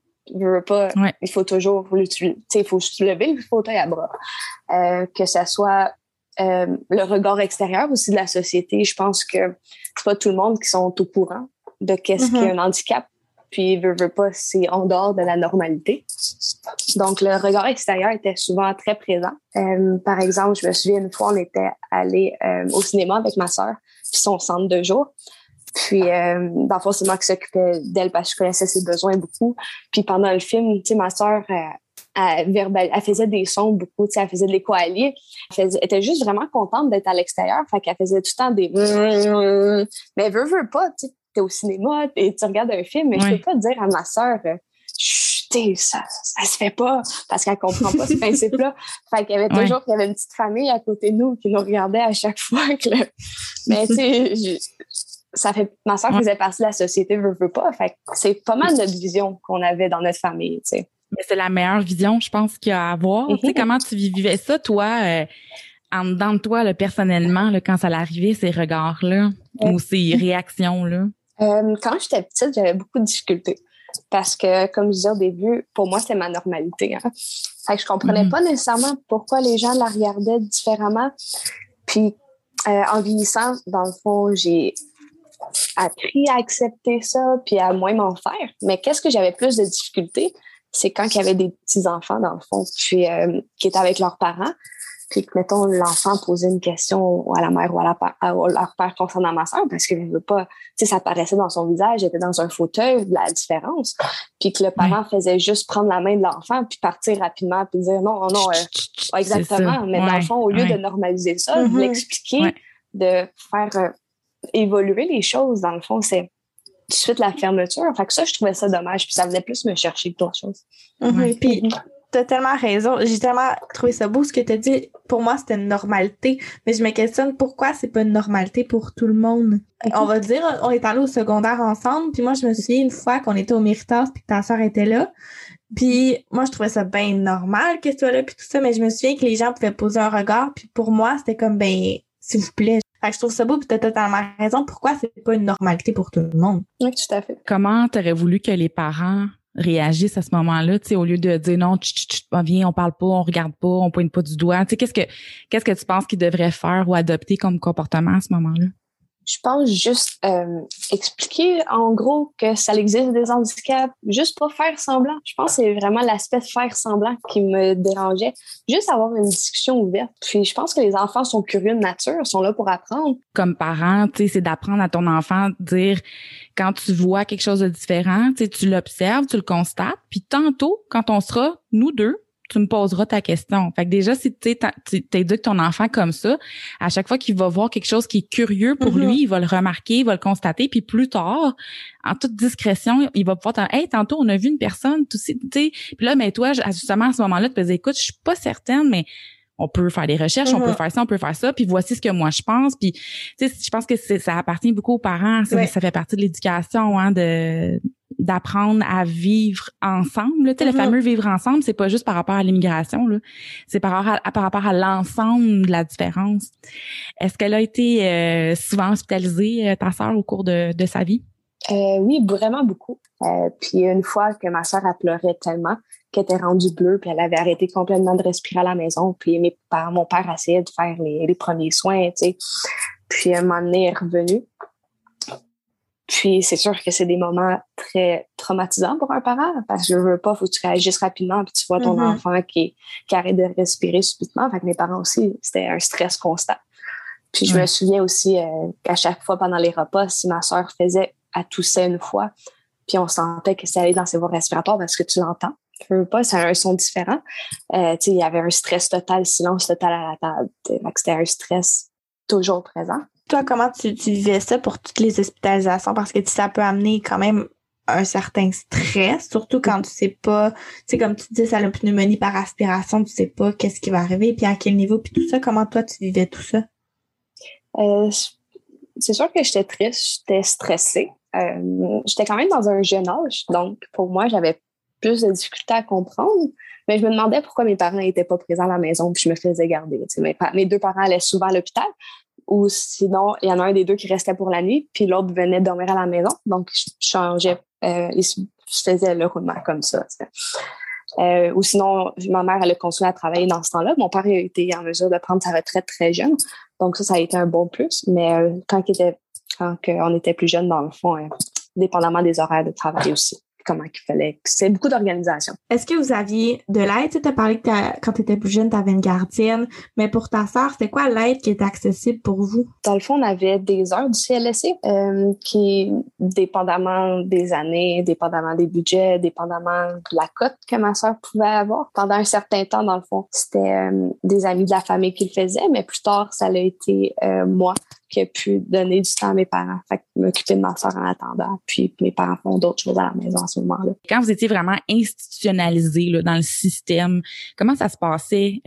il faut toujours l'utiliser. Il faut lever le fauteuil à bras. Que ce soit le regard extérieur aussi de la société. Je pense que c'est pas tout le monde qui sont au courant de qu'est-ce qu'est un handicap. Puis, veut pas, c'est en dehors de la normalité. Donc, le regard extérieur était souvent très présent. Par exemple, je me souviens une fois, on était allé au cinéma avec ma sœur, puis son centre de jour. Puis, dans le fond, c'est moi qui s'occupais d'elle parce que je connaissais ses besoins beaucoup. Puis, pendant le film, tu sais, ma sœur, elle faisait des sons beaucoup, tu sais, elle faisait de l'écho à lire. Elle était juste vraiment contente d'être à l'extérieur. Fait qu'elle faisait tout le temps des... Mais veut pas, tu sais. T'es au cinéma et tu regardes un film, mais je peux pas dire à ma sœur, ça se fait pas, parce qu'elle comprend pas ce principe-là. Fait qu'il y avait toujours qu'il y avait une petite famille à côté de nous qui nous regardait à chaque fois. Mais tu sais, ma sœur faisait partie de la société, veut pas. Fait que c'est pas mal notre vision qu'on avait dans notre famille, tu sais. Mais c'est la meilleure vision, je pense, qu'il y a à avoir. Tu sais, comment tu vivais ça, toi, en dedans de toi, là, personnellement, là, quand ça l'arrivait, ces regards-là, ou ces réactions-là? Quand j'étais petite, j'avais beaucoup de difficultés parce que, comme je disais au début, pour moi, c'était ma normalité. Hein. Fait que je comprenais pas nécessairement pourquoi les gens la regardaient différemment. Puis, en vieillissant, dans le fond, j'ai appris à accepter ça puis à moins m'en faire. Mais qu'est-ce que j'avais plus de difficultés? C'est quand il y avait des petits-enfants, dans le fond, puis qui étaient avec leurs parents. Puis que, mettons, l'enfant posait une question à la mère ou à leur père concernant ma sœur, parce que je veux pas, tu sais, ça paraissait dans son visage, elle était dans un fauteuil, la différence. Puis que le parent faisait juste prendre la main de l'enfant, puis partir rapidement, puis dire non, exactement. Mais dans le fond, au lieu de normaliser ça, de l'expliquer, de faire évoluer les choses, dans le fond, c'est tout de suite la fermeture. Fait que ça, je trouvais ça dommage, puis ça venait plus me chercher que d'autres choses. Puis t'as tellement raison. J'ai tellement trouvé ça beau ce que t'as dit. Pour moi, c'était une normalité. Mais je me questionne pourquoi c'est pas une normalité pour tout le monde. On va dire, on est allés au secondaire ensemble. Puis moi, je me souviens une fois qu'on était au Méritas puis que ta sœur était là. Puis moi, je trouvais ça bien normal que tu sois là puis tout ça. Mais je me souviens que les gens pouvaient poser un regard. Puis pour moi, c'était comme, s'il vous plaît. Fait que je trouve ça beau puis t'as totalement raison. Pourquoi c'est pas une normalité pour tout le monde? Oui, tout à fait. Comment t'aurais voulu que les parents réagissent à ce moment-là, tu sais, au lieu de dire non, viens, on parle pas, on regarde pas, on pointe pas du doigt. Tu sais, qu'est-ce que tu penses qu'ils devraient faire ou adopter comme comportement à ce moment-là? Je pense juste expliquer en gros que ça existe des handicaps, juste pas faire semblant. Je pense que c'est vraiment l'aspect de faire semblant qui me dérangeait. Juste avoir une discussion ouverte. Puis je pense que les enfants sont curieux de nature, sont là pour apprendre. Comme parent, tu sais, c'est d'apprendre à ton enfant de dire quand tu vois quelque chose de différent, tu sais, tu l'observes, tu le constates, puis tantôt, quand on sera nous deux, tu me poseras ta question. Fait que déjà, si tu éduques ton enfant comme ça, à chaque fois qu'il va voir quelque chose qui est curieux pour lui, il va le remarquer, il va le constater, puis plus tard, en toute discrétion, il va pouvoir dire « Hey, tantôt, on a vu une personne, tu sais. » Puis là, mais toi, justement, à ce moment-là, tu peux dire « Écoute, je suis pas certaine, mais on peut faire des recherches, on peut faire ça, on peut faire ça, puis voici ce que moi je pense. » Puis, tu sais, je pense que ça appartient beaucoup aux parents. Ça fait partie de l'éducation, hein, d'apprendre à vivre ensemble. Tu sais, le fameux vivre ensemble, c'est pas juste par rapport à l'immigration, là. C'est par rapport à l'ensemble de la différence. Est-ce qu'elle a été souvent hospitalisée, ta sœur, au cours de sa vie? Oui, vraiment beaucoup. Puis une fois que ma sœur, elle pleurait tellement qu'elle était rendue bleue, puis elle avait arrêté complètement de respirer à la maison. Puis mon père essayait de faire les premiers soins, tu sais. Puis un moment donné, elle est revenue. Puis c'est sûr que c'est des moments très traumatisants pour un parent, parce que je veux pas, faut que tu réagisses rapidement, puis tu vois ton enfant qui arrête de respirer subitement. Fait que mes parents aussi, c'était un stress constant. Puis je me souviens aussi qu'à chaque fois pendant les repas, si ma sœur elle toussait une fois, puis on sentait que ça allait dans ses voies respiratoires parce que tu l'entends. Je veux pas, c'est un son différent. Tu sais, il y avait un stress total, silence total à la table. Fait que c'était un stress toujours présent. Toi, comment tu vivais ça pour toutes les hospitalisations? Parce que ça peut amener quand même un certain stress, surtout quand tu sais pas, tu sais, comme tu dis, ça la pneumonie par aspiration, tu sais pas qu'est-ce qui va arriver, puis à quel niveau, puis tout ça. Comment toi, tu vivais tout ça? C'est sûr que j'étais triste, j'étais stressée. J'étais quand même dans un jeune âge, donc pour moi, j'avais plus de difficultés à comprendre, mais je me demandais pourquoi mes parents n'étaient pas présents à la maison, puis je me faisais garder. Tu sais, mes deux parents allaient souvent à l'hôpital, ou sinon, il y en a un des deux qui restait pour la nuit, puis l'autre venait dormir à la maison. Donc, je changeais, je faisais le roulement comme ça. Tu sais. Ou sinon, ma mère, elle a continué à travailler dans ce temps-là. Mon père a été en mesure de prendre sa retraite très jeune. Donc, ça a été un bon plus. Mais quand on était plus jeune, dans le fond, dépendamment des horaires de travail aussi. Comment qu'il fallait. C'est beaucoup d'organisation. Est-ce que vous aviez de l'aide? Tu as parlé que quand tu étais plus jeune, tu avais une gardienne, mais pour ta sœur, c'était quoi l'aide qui était accessible pour vous? Dans le fond, on avait des heures du CLSC qui, dépendamment des années, dépendamment des budgets, dépendamment de la cote que ma sœur pouvait avoir, pendant un certain temps, dans le fond, c'était des amis de la famille qui le faisaient, mais plus tard, ça a été moi qui a pu donner du temps à mes parents. Fait que m'occuper de ma sœur en attendant. Puis mes parents font d'autres choses à la maison à ce moment-là. Quand vous étiez vraiment institutionnalisé là, dans le système, comment ça se passait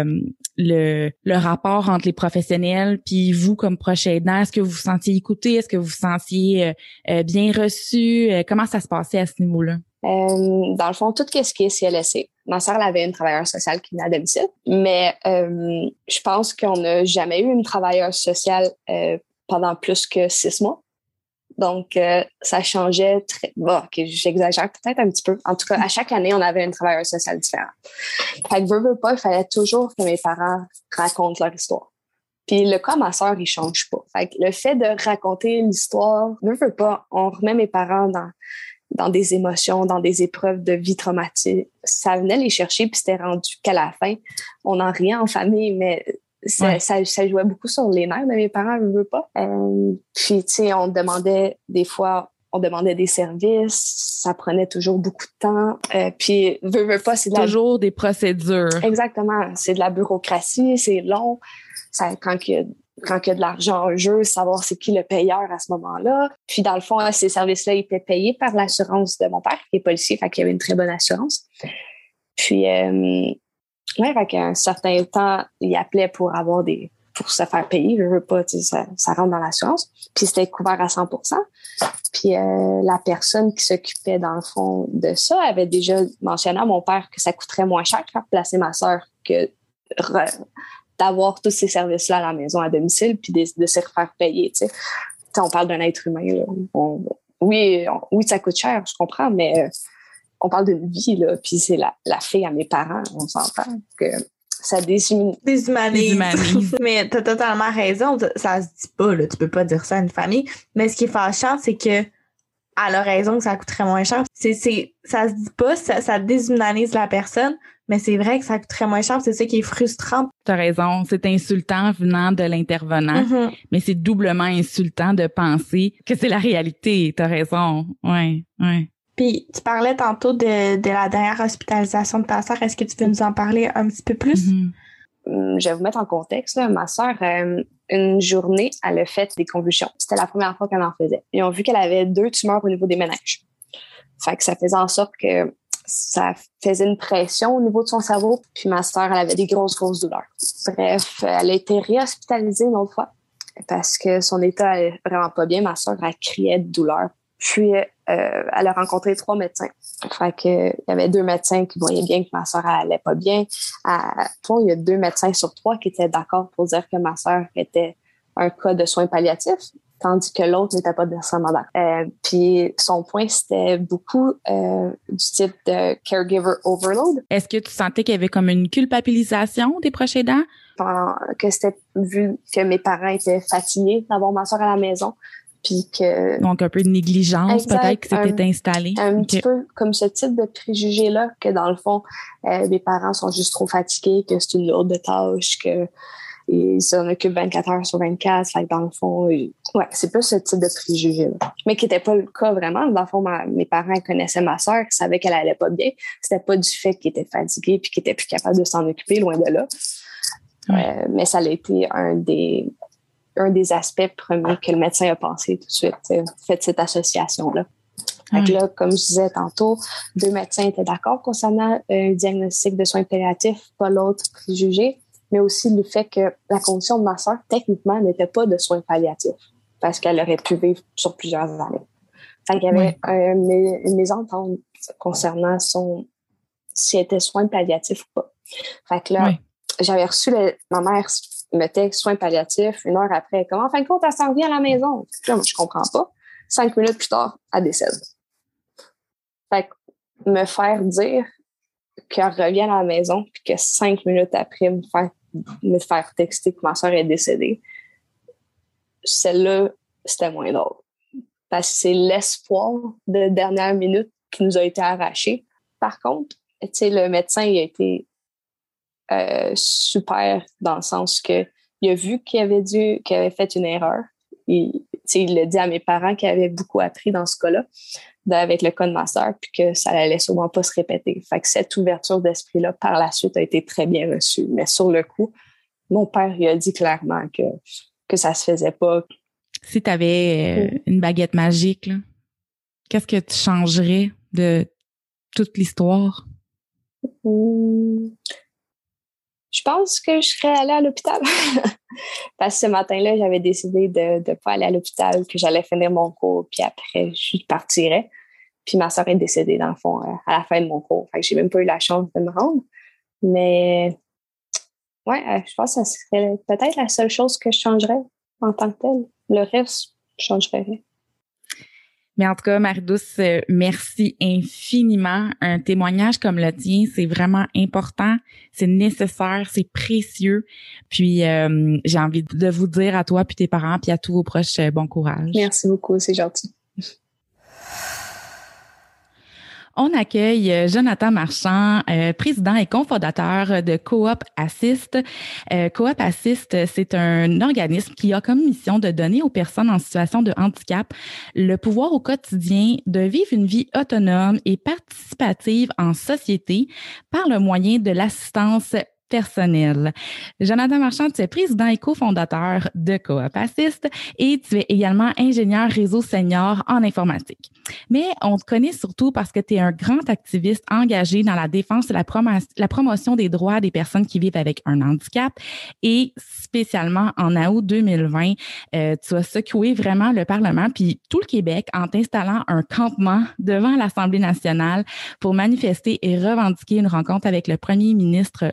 le rapport entre les professionnels puis vous comme proche aidant? Est-ce que vous vous sentiez écouté? Est-ce que vous vous sentiez bien reçu? Comment ça se passait à ce niveau-là? Dans le fond, tout ce qui est CLSC. Ma sœur, elle avait une travailleuse sociale qui venait à domicile, mais je pense qu'on n'a jamais eu une travailleuse sociale pendant plus que 6 mois. Donc, ça changeait très... Bon, okay, j'exagère peut-être un petit peu. En tout cas, à chaque année, on avait une travailleuse sociale différente. Fait que veux pas, il fallait toujours que mes parents racontent leur histoire. Puis le cas, ma sœur, il change pas. Fait que le fait de raconter l'histoire, veux pas, on remet mes parents dans des émotions, dans des épreuves de vie traumatique. Ça venait les chercher, puis c'était rendu qu'à la fin, on en riait en famille, mais ça jouait beaucoup sur les nerfs de mes parents, je veux pas. Puis, tu sais, on demandait des services, ça prenait toujours beaucoup de temps. Puis, veux pas, c'est toujours des procédures. Exactement. C'est de la bureaucratie, c'est long. Quand il y a de l'argent en jeu, savoir c'est qui le payeur à ce moment-là. Puis, dans le fond, ces services-là étaient payés par l'assurance de mon père, qui est policier, fait qu'il y avait une très bonne assurance. Puis, fait qu'à un certain temps, il appelait pour se faire payer. Je veux pas, ça rentre dans l'assurance. Puis, c'était couvert à 100%. Puis, la personne qui s'occupait, dans le fond, de ça avait déjà mentionné à mon père que ça coûterait moins cher de faire placer ma sœur que d'avoir tous ces services-là à la maison, à domicile, puis de se faire payer, tu sais. On parle d'un être humain, là. Oui, ça coûte cher, je comprends, mais on parle d'une vie, là, puis c'est la fille à mes parents, on s'entend que ça déshumanise. Déshumanise. Mais t'as totalement raison. Ça se dit pas, là. Tu peux pas dire ça à une famille. Mais ce qui est fâchant, c'est que elle a raison que ça coûterait moins cher. Ça se dit pas, ça déshumanise la personne, mais c'est vrai que ça coûterait moins cher. C'est ça qui est frustrant. T'as raison, c'est insultant venant de l'intervenant, mais c'est doublement insultant de penser que c'est la réalité. T'as raison, ouais. Puis, tu parlais tantôt de la dernière hospitalisation de ta sœur. Est-ce que tu peux nous en parler un petit peu plus? Je vais vous mettre en contexte. Là. Ma sœur, une journée, elle a fait des convulsions. C'était la première fois qu'elle en faisait. Ils ont vu qu'elle avait 2 tumeurs au niveau des méninges. Fait que ça faisait en sorte que ça faisait une pression au niveau de son cerveau. Puis ma sœur, elle avait des grosses douleurs. Bref, elle a été réhospitalisée une autre fois parce que son état allait vraiment pas bien. Ma sœur, elle criait de douleur. Puis, elle a rencontré 3 médecins. Fait que, il y avait 2 médecins qui voyaient bien que ma sœur allait pas bien. Il y a 2 médecins sur 3 qui étaient d'accord pour dire que ma sœur était un cas de soins palliatifs, tandis que l'autre n'était pas nécessairement d'accord. Puis, son point, c'était beaucoup du type de caregiver overload. Est-ce que tu sentais qu'il y avait comme une culpabilisation des proches aidants? Que c'était vu que mes parents étaient fatigués d'avoir ma sœur à la maison. Puis que, donc, un peu de négligence, peut-être, qui s'était installée. Un petit peu comme ce type de préjugé-là, que dans le fond, mes parents sont juste trop fatigués, que c'est une lourde tâche, qu'ils s'en occupent 24 heures sur 24. Fait que dans le fond, c'est plus ce type de préjugé-là. Mais qui n'était pas le cas vraiment. Dans le fond, mes parents connaissaient ma sœur, ils savaient qu'elle allait pas bien. C'était pas du fait qu'ils étaient fatigués puis qu'ils étaient plus capables de s'en occuper, loin de là. Mais ça a été un des aspects premiers que le médecin a pensé tout de suite, fait cette association-là. Fait que là, comme je disais tantôt, 2 médecins étaient d'accord concernant un diagnostic de soins palliatifs, pas l'autre préjugé, mais aussi le fait que la condition de ma sœur, techniquement, n'était pas de soins palliatifs, parce qu'elle aurait pu vivre sur plusieurs années. Fait qu'il y avait une mésentente concernant si elle était soins palliatifs ou pas. Fait que là, j'avais reçu ma mère mettait soins palliatifs 1 heure après. Comment, en fin de compte, elle s'en revient à la maison? Là, moi, je comprends pas. 5 minutes plus tard, elle décède. Fait que me faire dire qu'elle revient à la maison puis que 5 minutes après, me faire texter que ma soeur est décédée, celle-là, c'était moins drôle. Parce que c'est l'espoir de dernière minute qui nous a été arraché. Par contre, tu sais, le médecin, il a été super dans le sens que il a vu qu'il avait fait une erreur. Il l'a dit à mes parents qu'il avait beaucoup appris dans ce cas-là, avec le cas de ma sœur, puis que ça allait sûrement pas se répéter. Fait que cette ouverture d'esprit-là, par la suite, a été très bien reçue. Mais sur le coup, mon père, il a dit clairement que ça se faisait pas. Si tu avais une baguette magique, là, qu'est-ce que tu changerais de toute l'histoire? Je pense que je serais allée à l'hôpital. Parce que ce matin-là, j'avais décidé de ne pas aller à l'hôpital, que j'allais finir mon cours, puis après, je partirais. Puis ma soeur est décédée, dans le fond, à la fin de mon cours. Fait que j'ai même pas eu la chance de me rendre. Mais, je pense que ça serait peut-être la seule chose que je changerais en tant que telle. Le reste, je changerais rien. Mais en tout cas, Marie-Douce, merci infiniment. Un témoignage comme le tien, c'est vraiment important, c'est nécessaire, c'est précieux. Puis, j'ai envie de vous dire à toi, puis tes parents, puis à tous vos proches, bon courage. Merci beaucoup, c'est gentil. On accueille Jonathan Marchand, président et cofondateur de Coop Assist. Coop Assist, c'est un organisme qui a comme mission de donner aux personnes en situation de handicap le pouvoir au quotidien de vivre une vie autonome et participative en société par le moyen de l'assistance personnel. Jonathan Marchand, tu es président et cofondateur de Coop Assist et tu es également ingénieur réseau senior en informatique. Mais on te connaît surtout parce que tu es un grand activiste engagé dans la défense et la promotion des droits des personnes qui vivent avec un handicap et spécialement en août 2020, tu as secoué vraiment le Parlement puis tout le Québec en t'installant un campement devant l'Assemblée nationale pour manifester et revendiquer une rencontre avec le premier ministre Legault.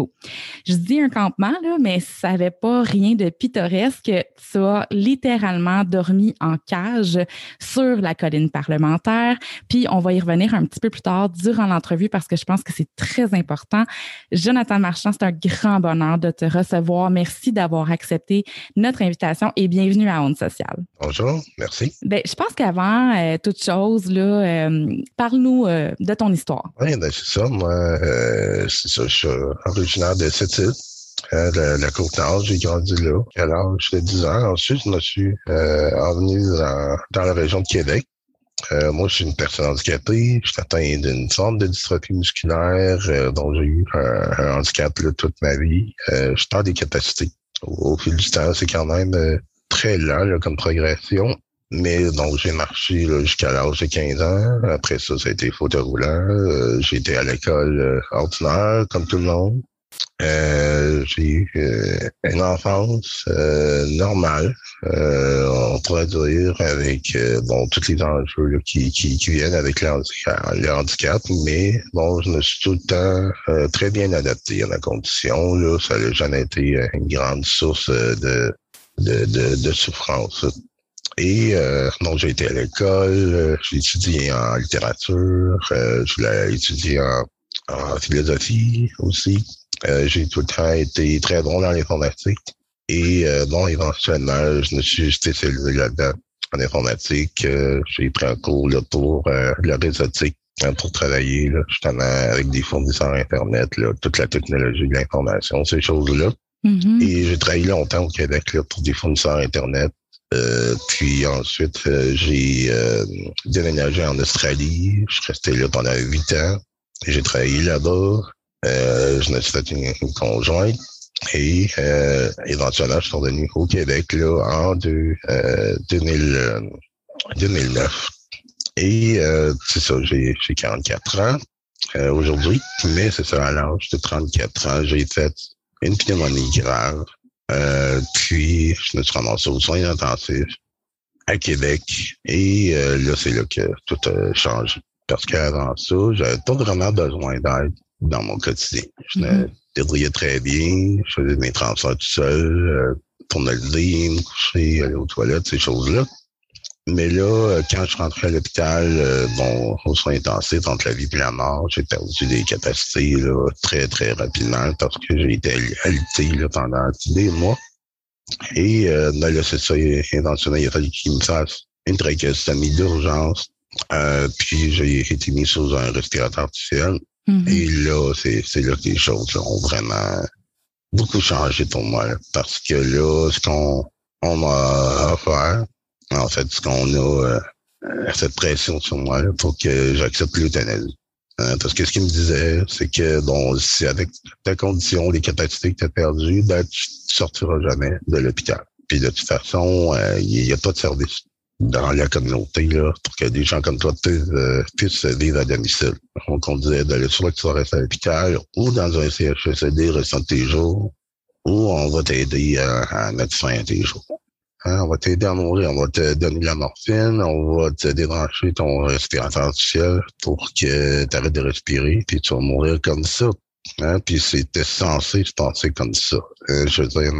Chicago. Je dis un campement, là, mais ça n'avait pas rien de pittoresque. Tu as littéralement dormi en cage sur la colline parlementaire. Puis, on va y revenir un petit peu plus tard durant l'entrevue parce que je pense que c'est très important. Jonathan Marchand, c'est un grand bonheur de te recevoir. Merci d'avoir accepté notre invitation et bienvenue à Onde Sociale. Bonjour, merci. Ben, je pense qu'avant toute chose, là, parle-nous de ton histoire. Oui, ben c'est ça. Moi, c'est ça. Je suis originaire de Sept-Îles, de la Côte-Nord. J'ai grandi là. À l'âge de 10 ans. Ensuite, je me suis envenu dans la région de Québec. Moi, je suis une personne handicapée. Je suis atteint d'une forme de dystrophie musculaire dont j'ai eu un handicap là, toute ma vie. Je perds des capacités. Au fil du temps, c'est quand même très lent là, comme progression. Mais donc, j'ai marché là, jusqu'à l'âge de 15 ans. Après ça a été fauteuil roulant. J'ai été à l'école ordinaire, comme tout le monde. J'ai eu une enfance normale, on pourrait dire, avec tous les enjeux là, qui viennent avec le handicap. Mais bon, je me suis tout le temps très bien adapté à ma condition. Là, ça n'a jamais été une grande source de souffrance. Et donc j'ai été à l'école, j'ai étudié en littérature, je voulais étudier en philosophie aussi. J'ai tout le temps été très bon dans l'informatique. Et éventuellement, je me suis spécialisé là-dedans en informatique. J'ai pris un cours là, pour la réseautique pour travailler là, justement avec des fournisseurs Internet, là, toute la technologie de l'information, ces choses-là. Mm-hmm. Et j'ai travaillé longtemps au Québec là, pour des fournisseurs Internet. Puis ensuite, j'ai déménagé en Australie. Je suis resté là pendant 8 ans. J'ai travaillé là-bas. Je me suis fait une conjointe. Et éventuellement, je suis revenu au Québec là en 2009. Et c'est ça, j'ai 44 ans aujourd'hui. Mais c'est ça, à l'âge de 34 ans, j'ai fait une pneumonie grave. Puis, je me suis ramassé aux soins intensifs à Québec. Et là, c'est là que tout a changé. Parce qu'avant ça, j'avais pas vraiment besoin d'aide dans mon quotidien. Je me débrouillais très bien. Je faisais mes transferts tout seul pour me lever, me coucher, aller aux toilettes, ces choses-là. Mais là, quand je rentrais à l'hôpital, aux soins intensifs, entre la vie et la mort, j'ai perdu des capacités là, très, très rapidement parce que j'ai été alité là, pendant des mois. Et là, c'est ça, éventuellement, il a fallu qu'il me fasse une trachéostomie d'urgence. Puis j'ai été mis sous un respirateur artificiel. Mm-hmm. Et là, c'est là que les choses là, ont vraiment beaucoup changé pour moi. Là, parce que là, ce qu'on m'a offert, en fait, ce qu'on a cette pression sur moi là, pour que j'accepte l'euthanasie. Parce que ce qu'il me disait, c'est que bon, si avec ta condition, les capacités que tu as perdues, ben tu sortiras jamais de l'hôpital. Puis de toute façon, il n'y a pas de service dans la communauté là pour que des gens comme toi puissent vivre à domicile. Donc on disait soit que tu vas rester à l'hôpital ou dans un CHSLD restant de tes jours, ou on va t'aider à mettre fin à tes jours. On va t'aider à mourir, on va te donner de la morphine, on va te débrancher ton respirateur artificiel pour que tu arrêtes de respirer, puis tu vas mourir comme ça. Puis c'était censé se passer comme ça. Je veux dire,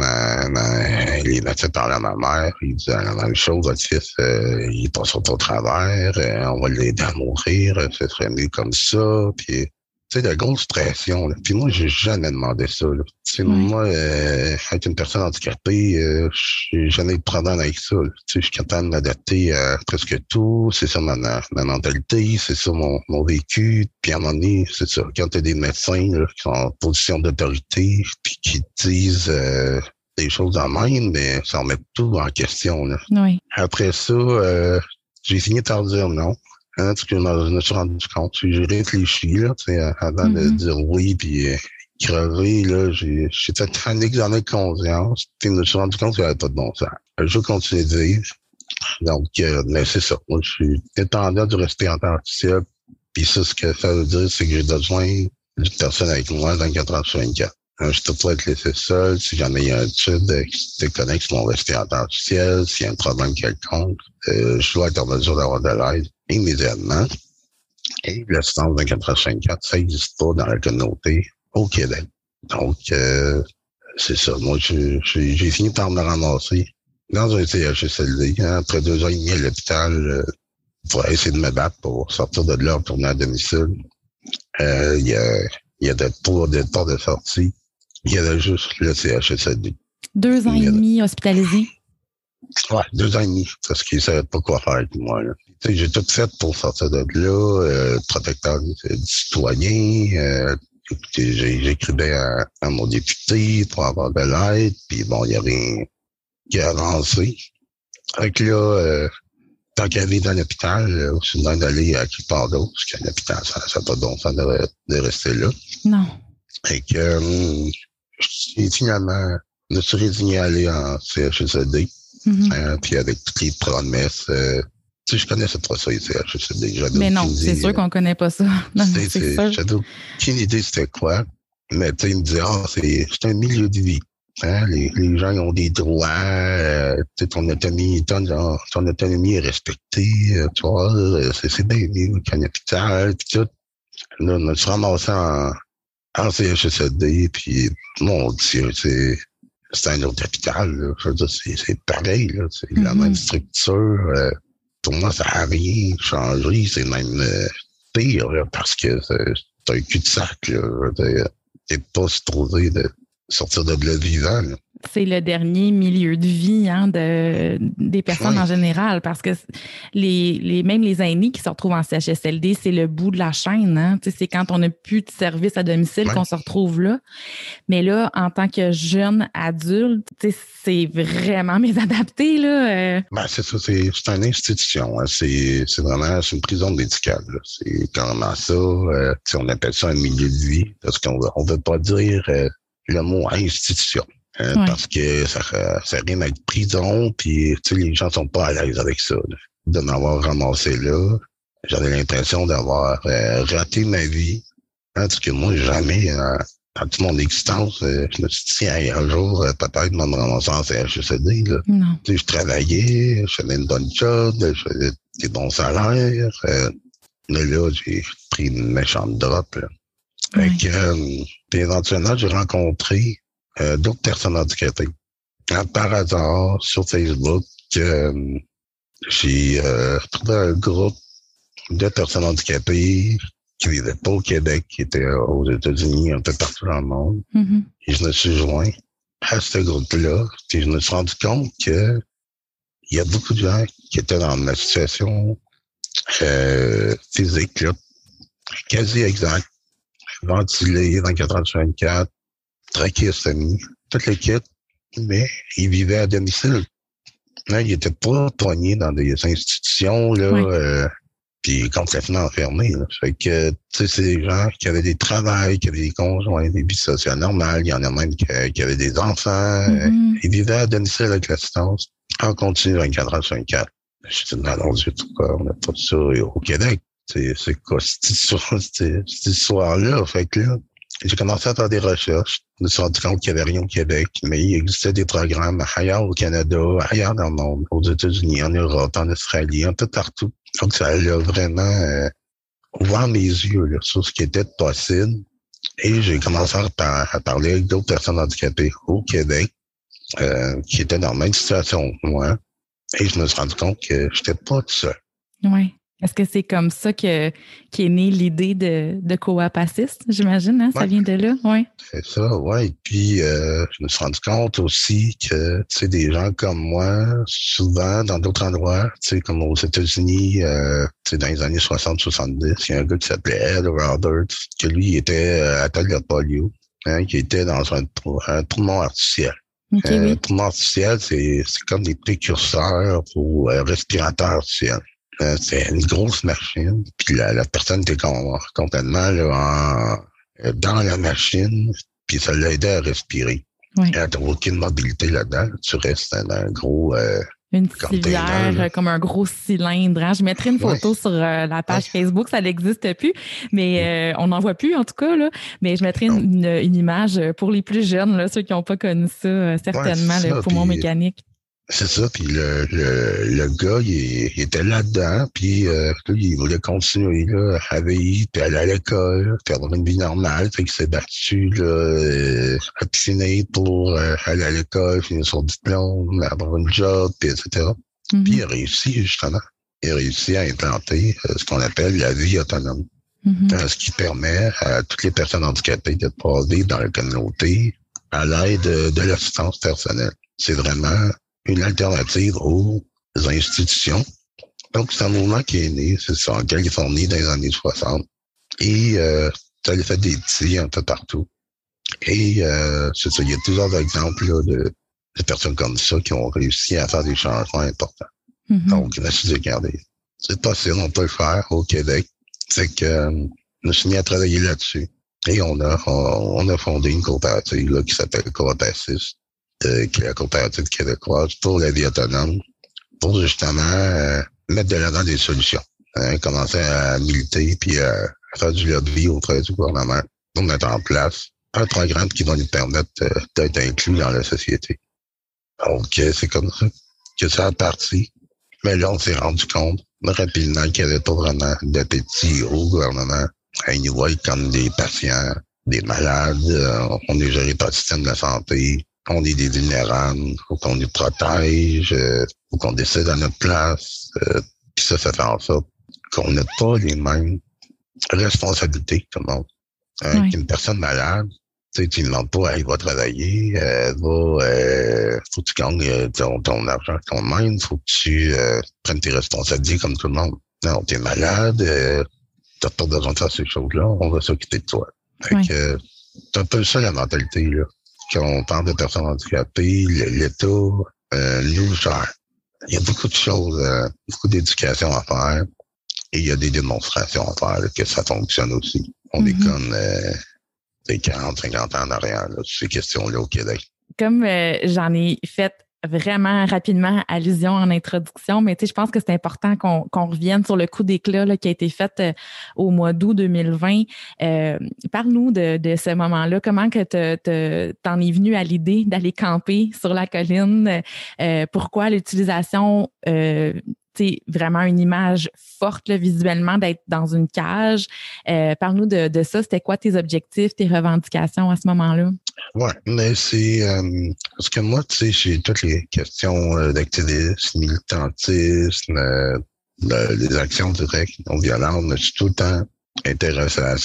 les médecins parlaient à ma mère, ils disaient la même chose, votre fils, il passera pas au travers, on va l'aider à mourir, ce serait mieux comme ça, puis tu sais, de grosse pression. Là. Puis moi, j'ai jamais demandé ça. Là. Moi, être une personne handicapée, j'ai jamais eu de problème avec ça. Là. Je suis capable de m'adapter à presque tout. C'est ça ma mentalité, c'est ça mon vécu. Puis à un moment donné, c'est ça. Quand tu as des médecins là, qui sont en position d'autorité, puis qui disent des choses en même, mais ça remet tout en question. Là. Oui. Après ça, j'ai fini par dire non. Parce que je me suis rendu compte, j'ai réfléchi là, avant de dire oui, puis crever, là, j'ai fait un examen de conscience, puis je me suis rendu compte qu'il n'y avait pas de bon sens. Je veux continuer de vivre. Donc, mais c'est ça. Moi, je suis dépendant du respirateur artificiel, puis ça, ce que ça veut dire, c'est que j'ai besoin d'une personne avec moi 24 heures sur 24. Je peux pas être laissé seul si jamais il y a un tube qui se déconnecte sur mon respirateur artificiel, s'il y a un problème quelconque, je dois être en mesure d'avoir de l'aide immédiatement. Et l'assistance 24 heures sur 24, ça n'existe pas dans la communauté au Québec. Donc, c'est ça. Moi, j'ai fini par me ramasser dans un CHSLD, hein, après 2 ans et demi à l'hôpital, pour essayer de me battre pour sortir de là, retourner à domicile. Il y a des portes de sortie. Il y avait juste le CHSLD. 2 ans et demi hospitalisé? Ouais, 2 ans et demi, parce qu'ils ne savaient pas quoi faire avec moi. Là. J'ai tout fait pour sortir de là, protecteur du citoyen. J'écrivais à mon député pour avoir de l'aide, puis bon, il y avait rien qui a avancé. Fait que là, tant qu'elle est dans l'hôpital, je suis demandé d'aller à quelque part d'autre, parce qu'à l'hôpital, ça n'a pas de bon sens de rester là. Non. Fait que finalement, je me suis résigné à aller en CHSLD. Puis avec toutes les promesses, je connaissais pas ça, les CHSLD. Mais non, c'est sûr qu'on connaît pas ça. Non, c'est sûr. J'avais aucune idée c'était quoi. Mais tu sais, ils me disaient, c'est un milieu de vie. Hein? Les gens ils ont des droits, ton autonomie est respectée, tu vois, c'est bien mieux qu'un hôpital, puis tout. Là, on me suis ramassé en CHSLD, puis mon Dieu, c'est un autre hôpital, là. Je veux dire, c'est pareil, là. C'est la même structure. Pour moi, ça n'a rien changé. C'est même pire, là, parce que c'est un cul-de-sac, là. T'es pas supposé de sortir de là vivant, là. C'est le dernier milieu de vie des personnes en général, parce que même les aînés qui se retrouvent en CHSLD, c'est le bout de la chaîne. Hein? C'est quand on n'a plus de service à domicile qu'on se retrouve là. Mais là, en tant que jeune adulte, c'est vraiment mésadapté. Là. C'est ça, c'est une institution. Hein? C'est une prison médicale. Là. C'est carrément ça. On appelle ça un milieu de vie, parce qu'on ne veut pas dire le mot institution. Parce que ça rime avec prison, puis les gens sont pas à l'aise avec ça. Là. De m'avoir ramassé là, j'avais l'impression d'avoir raté ma vie. Hein, parce que moi, jamais, dans toute mon existence, je me suis dit, un jour, peut-être, je me ramasser en CHSLD. Là. Non. Je travaillais, je faisais une bonne job, je faisais des bons salaires. Mais là, j'ai pris une méchante drop. Là. Fait que, puis éventuellement, j'ai rencontré d'autres personnes handicapées. Par hasard, sur Facebook, j'ai trouvé un groupe de personnes handicapées qui vivaient pas au Québec, qui étaient aux États-Unis, un peu partout dans le monde. Et je me suis joint à ce groupe-là. Puis je me suis rendu compte que il y a beaucoup de gens qui étaient dans ma situation physique, là, quasi exacte, ventilé 24/24, trachéostomie, toute l'équipe, mais ils vivaient à domicile. Là, ils n'étaient pas poignés dans des institutions, là, puis complètement enfermés. Là. Fait que, tu sais, c'est des gens qui avaient des travails, qui avaient des conjoints, des vies sociales normales. Il y en a même qui avaient des enfants. Ils vivaient à domicile avec l'assistance, en continu 24/24. Je dis, non, Dieu, pourquoi on n'a pas ça au Québec? C'est quoi cette histoire-là? Fait que là, j'ai commencé à faire des recherches. Je me suis rendu compte qu'il n'y avait rien au Québec, mais il existait des programmes ailleurs au Canada, ailleurs dans le monde, aux États-Unis, en Europe, en Australie, un peu partout. Donc, ça a vraiment ouvert mes yeux là, sur ce qui était possible. Et j'ai commencé à parler avec d'autres personnes handicapées au Québec qui étaient dans la même situation que moi. Et je me suis rendu compte que je n'étais pas tout seul. Oui. Est-ce que c'est comme ça qu'est née l'idée de Coop Assist, j'imagine, hein? Ça vient de là, oui. C'est ça, oui. Et puis, je me suis rendu compte aussi que, tu sais, des gens comme moi, souvent, dans d'autres endroits, tu sais, comme aux États-Unis, tu sais, dans les années 60-70, il y a un gars qui s'appelait Ed Roberts, que lui, il était atteint de polio, hein, qui était dans un poumon artificiel. Okay, oui. Un poumon artificiel, c'est comme des précurseurs pour respirateurs artificiels. C'est une grosse machine. Puis la personne était complètement là, dans la machine, puis ça l'aidait à respirer. Oui. Tu n'as aucune mobilité là-dedans. Tu restes dans un gros une civière, comme un gros cylindre. Hein? Je mettrai une photo sur la page Facebook, ça n'existe plus, mais on n'en voit plus en tout cas. Là. Mais je mettrai une image pour les plus jeunes, là, ceux qui n'ont pas connu ça, certainement, le poumon mécanique. C'est ça, puis le gars, il était là-dedans, puis il voulait continuer là, à veiller, puis aller à l'école, faire une vie normale, fait qu'il s'est battu là, à finir pour aller à l'école, finir son diplôme, avoir un job, puis etc. Mm-hmm. Puis il a réussi, justement. Il a réussi à implanter ce qu'on appelle la vie autonome. Mm-hmm. Ce qui permet à toutes les personnes handicapées de pouvoir vivre dans la communauté à l'aide de l'assistance personnelle. C'est vraiment une alternative aux institutions. Donc, c'est un mouvement qui est né, c'est ça, en Californie dans les années 60. Et ça a fait des petits un peu partout. Et c'est ça, il y a plusieurs exemples là, de personnes comme ça qui ont réussi à faire des changements importants. Mm-hmm. Donc, je me suis dit, regardez, c'est possible, on peut le faire au Québec. C'est que je me suis mis à travailler là-dessus. Et on a fondé une coopérative là, qui s'appelle Coopassis, qui est la coopérative québécoise pour la vie autonome, pour justement mettre de l'avant des solutions. Commencer à militer puis à faire du lobby auprès du gouvernement pour mettre en place un programme qui va nous permettre d'être inclus dans la société. Donc, c'est comme ça que ça a parti. Mais là, on s'est rendu compte rapidement qu'il n'y avait pas vraiment d'appétit au gouvernement. Ils nous voient comme des patients, des malades. On est géré par le système de la santé. On est des vulnérables. Faut qu'on nous protège. Faut qu'on décide à notre place. Puis ça fait en sorte qu'on n'a pas les mêmes responsabilités que tout le monde. Oui. Une personne malade, tu ne demandes pas, elle va travailler, faut que tu gagnes ton argent toi-même, faut que tu prennes tes responsabilités comme tout le monde. Non, t'es malade, t'as pas besoin de faire ces choses-là, on va s'occuper de toi. Fait que c'est un peu ça la mentalité, là. Quand on parle de personnes handicapées, l'État nous gère. Il y a beaucoup de choses, beaucoup d'éducation à faire, et il y a des démonstrations à faire là, que ça fonctionne aussi. On est comme des 40, 50 ans en arrière, là, sur ces questions-là au Québec. Comme j'en ai fait vraiment rapidement allusion en introduction, mais tu sais, je pense que c'est important qu'on revienne sur le coup d'éclat là, qui a été fait au mois d'août 2020. Parle-nous de ce moment-là. Comment que t'en es venu à l'idée d'aller camper sur la colline? Pourquoi l'utilisation c'est vraiment une image forte là, visuellement d'être dans une cage. Parle-nous de ça. C'était quoi tes objectifs, tes revendications à ce moment-là? Oui, mais c'est parce que moi, tu sais, j'ai toutes les questions d'activisme, militantisme, les actions directes non violentes. Je suis tout le temps intéressé à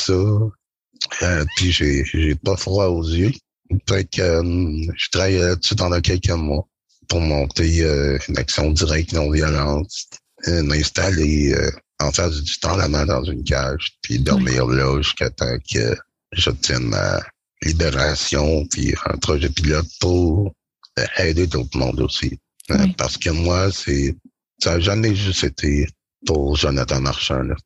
ça. Puis j'ai pas froid aux yeux. Fait que je travaille là-dessus pendant quelques mois pour monter une action directe non violente, m'installer en face du Parlement dans une cage, puis dormir là jusqu'à temps que j'obtienne ma libération, puis un projet pilote pour aider d'autres mondes aussi. Parce que moi, ça n'a jamais juste été pour Jonathan Marchand, là.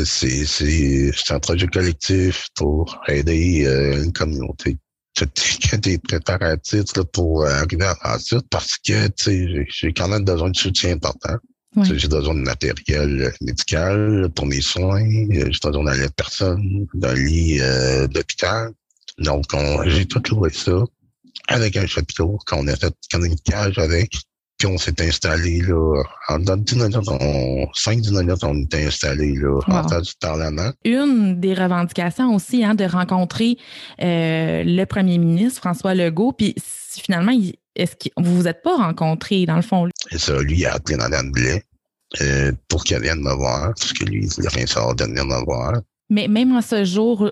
C'est un projet collectif pour aider une communauté. C'était que des préparatifs là, pour arriver à faire ça parce que j'ai quand même besoin de soutien important. Oui. J'ai besoin de matériel médical pour mes soins. J'ai besoin d'aller à personne, d'un lit d'hôpital. Donc, j'ai tout loué ça avec un chapiteau qu'on a fait comme une cage avec. Puis on s'est installé là, dans 10 minutes, 5-10 minutes, on était installé là, en face du Parlement. Une des revendications aussi, de rencontrer le premier ministre, François Legault, puis finalement, est-ce que vous vous êtes pas rencontrés, dans le fond? C'est ça, lui, il a appelé Mme Blais pour qu'elle vienne me voir, parce que lui, il voulait rien savoir de venir me voir. Mais même en ce jour,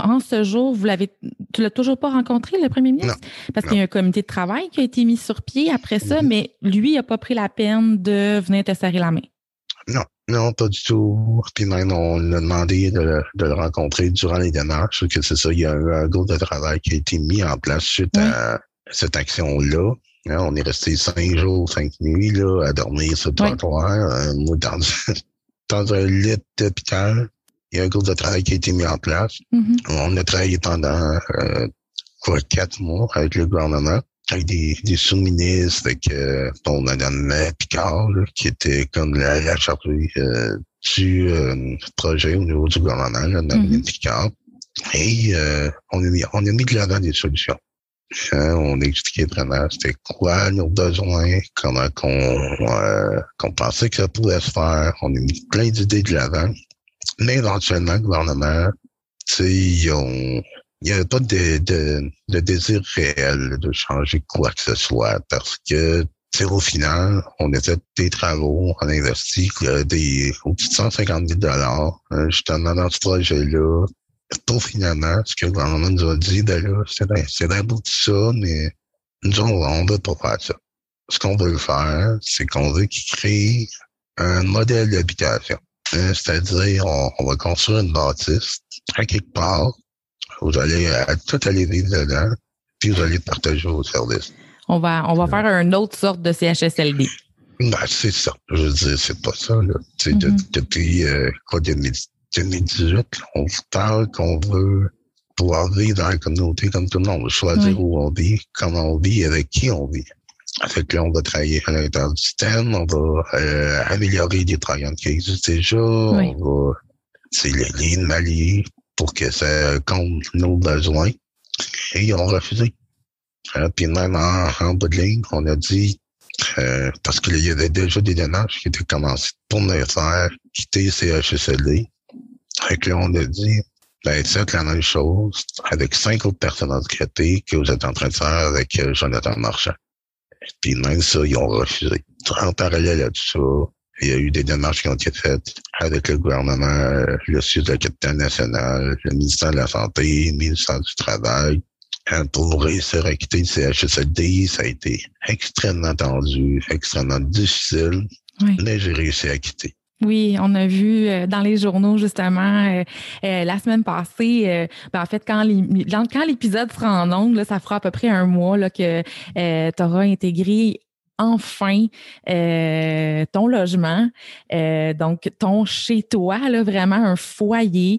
tu l'as toujours pas rencontré, le premier ministre? Non. Parce qu'il y a un comité de travail qui a été mis sur pied après ça, mais lui, il n'a pas pris la peine de venir te serrer la main. Non, pas du tout. Puis même, on a demandé de le rencontrer durant les démarches, que c'est ça, il y a eu un groupe de travail qui a été mis en place suite à cette action-là. On est resté 5 jours, 5 nuits, là, à dormir sur le trottoir, dans un lit d'hôpital. Il y a un groupe de travail qui a été mis en place. On a travaillé pendant 4 mois avec le gouvernement, avec des sous-ministres, avec Mme Picard, là, qui était comme la chargée du projet au niveau du gouvernement, là, Mme Picard. Et on a mis de l'avant des solutions. On expliquait vraiment c'était quoi nos besoins, comment qu'on pensait que ça pouvait se faire. On a mis plein d'idées de l'avant. Mais éventuellement, le gouvernement, tu sais, il n'y avait pas de désir réel de changer quoi que ce soit parce que, au final, on a fait des travaux, on a investi au-dessus de 150 000 justement dans ce projet-là. Pour finalement, ce que le gouvernement nous a dit, c'est d'un bout de ça, mais nous, on veut pas faire ça. Ce qu'on veut faire, c'est qu'on veut qu'ils créent un modèle d'habitation. C'est-à-dire, on va construire une bâtisse à quelque part. Vous allez tout aller vivre dedans, puis vous allez partager vos services. On va faire une autre sorte de CHSLD. Ben, c'est ça. Je veux dire, c'est pas ça, là. Depuis 2018, on vous parle qu'on veut pouvoir vivre dans la communauté comme tout le monde. On veut choisir où on vit, comment on vit, avec qui on vit. Fait que là, on va travailler à l'intérieur du système, on va améliorer des programmes qui existent déjà, on va les mallier pour que ça compte nos besoins. Et ils ont refusé. Puis même en bout de ligne, on a dit, parce qu'il y avait déjà des démarches qui étaient commencées pour me faire quitter CHSLD. Fait que là, on a dit, faites la même chose avec 5 autres personnes handicapées que vous êtes en train de faire avec Jonathan Marchand. Puis même ça, ils ont refusé. En parallèle à tout ça, il y a eu des démarches qui ont été faites avec le gouvernement, le Sud de la capitale nationale, le ministère de la Santé, le ministère du Travail. Pour réussir à quitter le CHSLD, ça a été extrêmement tendu, extrêmement difficile, mais j'ai réussi à quitter. Oui, on a vu dans les journaux, justement, la semaine passée, en fait, quand l'épisode sera en ondes, là, ça fera à peu près un mois là, que tu auras intégré enfin ton logement, donc ton chez-toi, là, vraiment un foyer.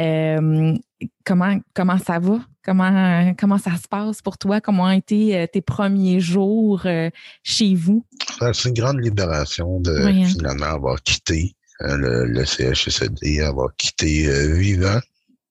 Comment ça va? Comment ça se passe pour toi? Comment ont été tes premiers jours chez vous? C'est une grande libération de finalement avoir quitté le CHSLD, avoir quitté Vivant.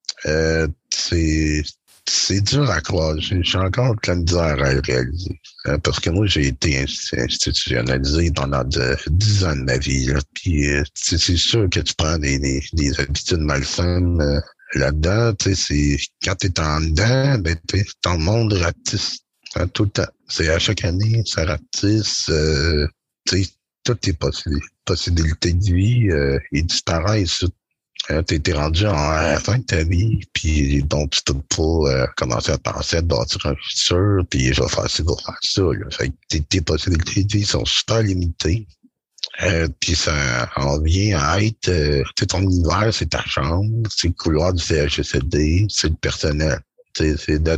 C'est dur à croire. J'ai encore de la misère à le réaliser. Parce que moi, j'ai été institutionnalisé pendant 10 ans de ma vie. Là. Puis c'est sûr que tu prends des habitudes malsaines là-dedans. C'est quand tu es en dedans, t'es dans le monde rapetisse tout le temps. C'est à chaque année, ça rapetisse. Toutes tes possibilités de vie, ils disparaissent. T'es rendu à la fin de ta vie, puis donc tu peux pas commencer à penser à te bâtir un futur, puis je vais faire ci, je vais faire ça. Là. Fait que tes possibilités de vie sont super limitées. Puis ça en vient à être ton univers, c'est ta chambre, c'est le couloir du CHSLD, c'est le personnel. C'est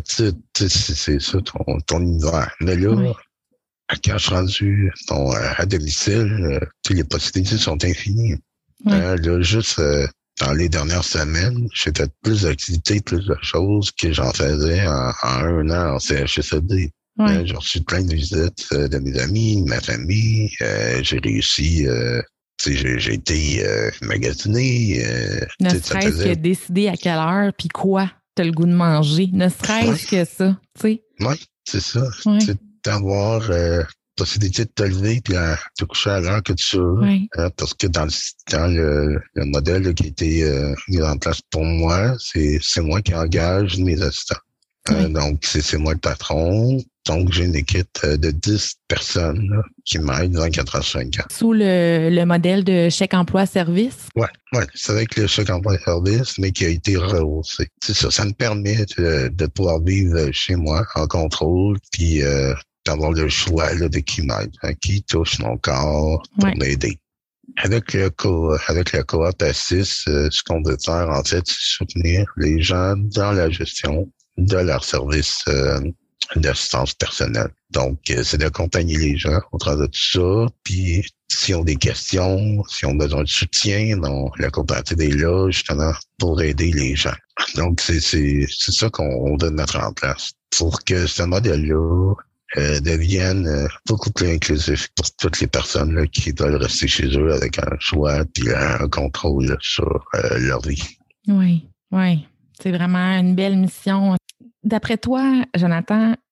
ça ton univers. Mais là, quand je suis rendu à domicile, les possibilités sont infinies. Là, juste dans les dernières semaines, j'ai fait plus d'activités, plus de choses que j'en faisais en 1 an en CHSLD. J'ai reçu plein de visites de mes amis, de ma famille. J'ai réussi, j'ai été magasiné. Ne serait-ce que décider à quelle heure puis quoi t'as le goût de manger. Ne serait-ce que ça, tu sais. Oui, c'est ça. C'est d'avoir possibilité de te lever puis de te coucher à l'heure que tu veux. Parce que dans le modèle là, qui a été mis en place pour moi, c'est moi qui engage mes assistants. Donc, c'est moi le patron. Donc, j'ai une équipe de 10 personnes là, qui m'aident 24 heures sur 24. Sous le modèle de chèque emploi-service? Oui, c'est avec le chèque emploi-service, mais qui a été rehaussé. C'est ça, ça me permet de pouvoir vivre chez moi en contrôle, puis d'avoir le choix là, de qui m'aide, qui touche mon corps pour m'aider. Avec le coop à 6, ce qu'on veut faire, en fait, c'est soutenir les gens dans la gestion de leur service d'assistance personnelle. Donc, c'est d'accompagner les gens au travers de tout ça. Puis, s'ils ont des questions, s'ils ont besoin de soutien, la coopérative est là, justement, pour aider les gens. Donc, c'est ça qu'on veut mettre en place pour que ce modèle-là devienne beaucoup plus inclusif pour toutes les personnes là, qui veulent rester chez eux avec un choix puis un contrôle là, sur leur vie. Oui. C'est vraiment une belle mission. D'après toi, Jonathan,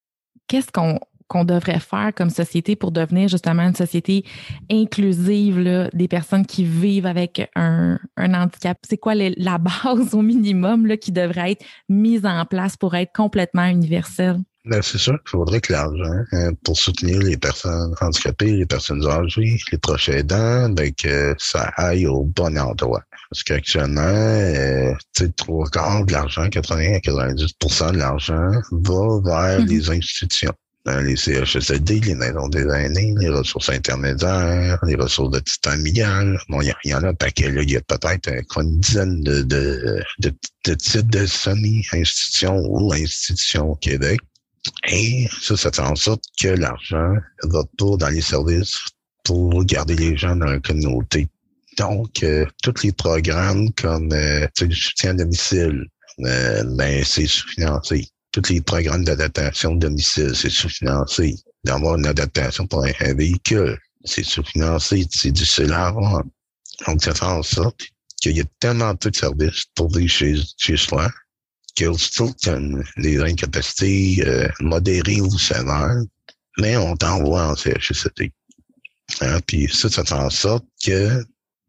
qu'est-ce qu'on devrait faire comme société pour devenir justement une société inclusive là, des personnes qui vivent avec un handicap? C'est quoi la base au minimum là, qui devrait être mise en place pour être complètement universelle? Ben, c'est sûr qu'il faudrait que l'argent pour soutenir les personnes handicapées, les personnes âgées, les proches aidants, ben, que ça aille au bon endroit. Parce qu'actuellement, tu sais, 3/4 de l'argent, 80 à 90% de l'argent va vers les institutions. Les CHSLD, les maisons des aînés, les ressources intermédiaires, les ressources de type familial. Bon, il y en a un paquet, là. Il y a peut-être une dizaine de types de semi-institutions ou institutions au Québec. Et ça fait en sorte que l'argent va pas dans les services pour garder les gens dans la communauté. Donc, tous les programmes comme le soutien à domicile, ben c'est sous-financé. Tous les programmes d'adaptation de domicile, c'est sous-financé. D'avoir une adaptation pour un véhicule, c'est sous-financé, c'est difficile à avoir. Donc, ça fait en sorte qu'il y a tellement peu de services pour vivre chez soi, qu'aussitôt que tu as des incapacités modérées ou sévères, mais on t'envoie en CHSLD. Puis ça fait en sorte que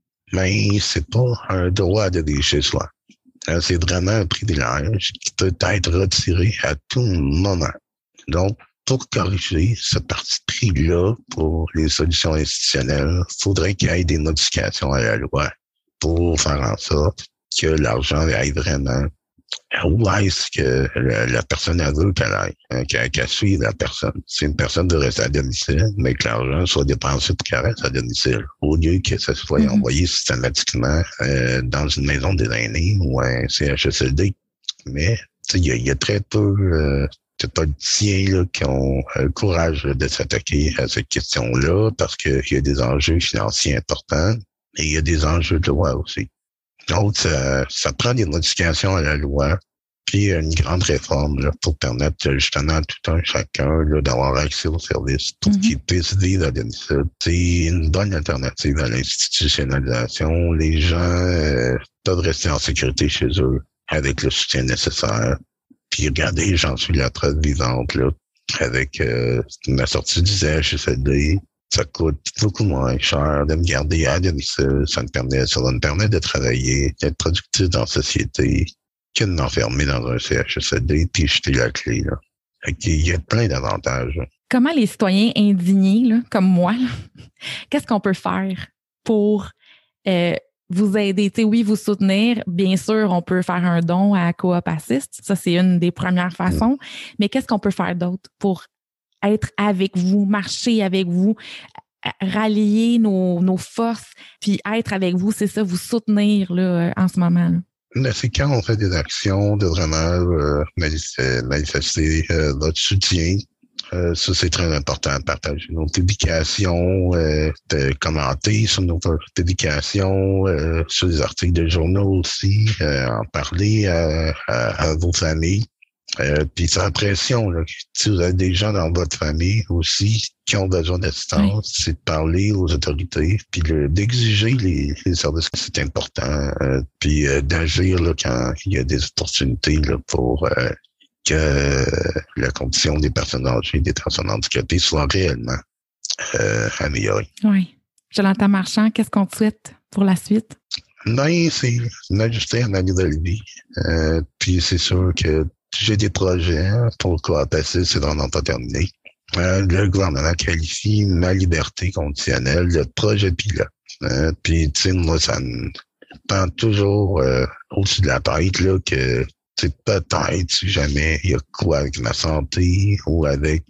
c'est pas un droit de vivre chez soi. C'est vraiment un privilège qui peut être retiré à tout moment. Donc, pour corriger ce parti pris-là pour les solutions institutionnelles, il faudrait qu'il y ait des modifications à la loi pour faire en sorte que l'argent aille vraiment où est-ce que la personne a veut qu'elle aille, qu'elle suive la personne. C'est une personne de rester à domicile, mais que l'argent soit dépensé pour qu'elle reste à domicile, au lieu que ça soit envoyé systématiquement dans une maison des aînés ou un CHSLD. Mais il y a très peu de politiciens là, qui ont le courage de s'attaquer à cette question-là parce qu'il y a des enjeux financiers importants et il y a des enjeux de loi aussi. Donc, ça prend des modifications à la loi, puis une grande réforme là, pour permettre justement à tout un chacun là, d'avoir accès aux services pour qu'ils puissent vivre à domicile. C'est une bonne alternative à l'institutionnalisation. Les gens peuvent rester en sécurité chez eux avec le soutien nécessaire. Puis regardez, j'en suis la preuve vivante là, avec ma sortie du CHSLD. Ça coûte beaucoup moins cher de me garder à domicile. Ça va me permettre de travailler, d'être productif dans la société, que de m'enfermer dans un CHSLD puis jeter la clé. Là. Il y a plein d'avantages. Comment les citoyens indignés, là, comme moi, là, qu'est-ce qu'on peut faire pour vous aider? T'sais, oui, vous soutenir. Bien sûr, on peut faire un don à Coop Assist. Ça, c'est une des premières façons. Mais qu'est-ce qu'on peut faire d'autre pour être avec vous, marcher avec vous, rallier nos forces, puis être avec vous, c'est ça, vous soutenir là, en ce moment. Là. C'est quand on fait des actions de vraiment manifester votre soutien. Ça, c'est très important. Partager nos publications, de commenter sur nos publications, sur les articles de journaux aussi, en parler à vos familles. Puis c'est l'impression là, que si vous avez des gens dans votre famille aussi qui ont besoin d'assistance, c'est de parler aux autorités, puis d'exiger les services, c'est important, puis d'agir là, quand il y a des opportunités là, pour que la condition des personnes âgées, des personnes handicapées soit réellement améliorée. Oui. Jonathan Marchand, qu'est-ce qu'on te souhaite pour la suite? C'est m'ajuster à ma nouvelle vie. Puis c'est sûr que j'ai des projets pour Coop Assist, c'est vraiment pas terminé. Le gouvernement qualifie ma liberté conditionnelle de projet pilote. Puis, tu sais, moi, ça me prend toujours au-dessus de la tête là, que c'est peut-être, si jamais il y a quoi avec ma santé ou avec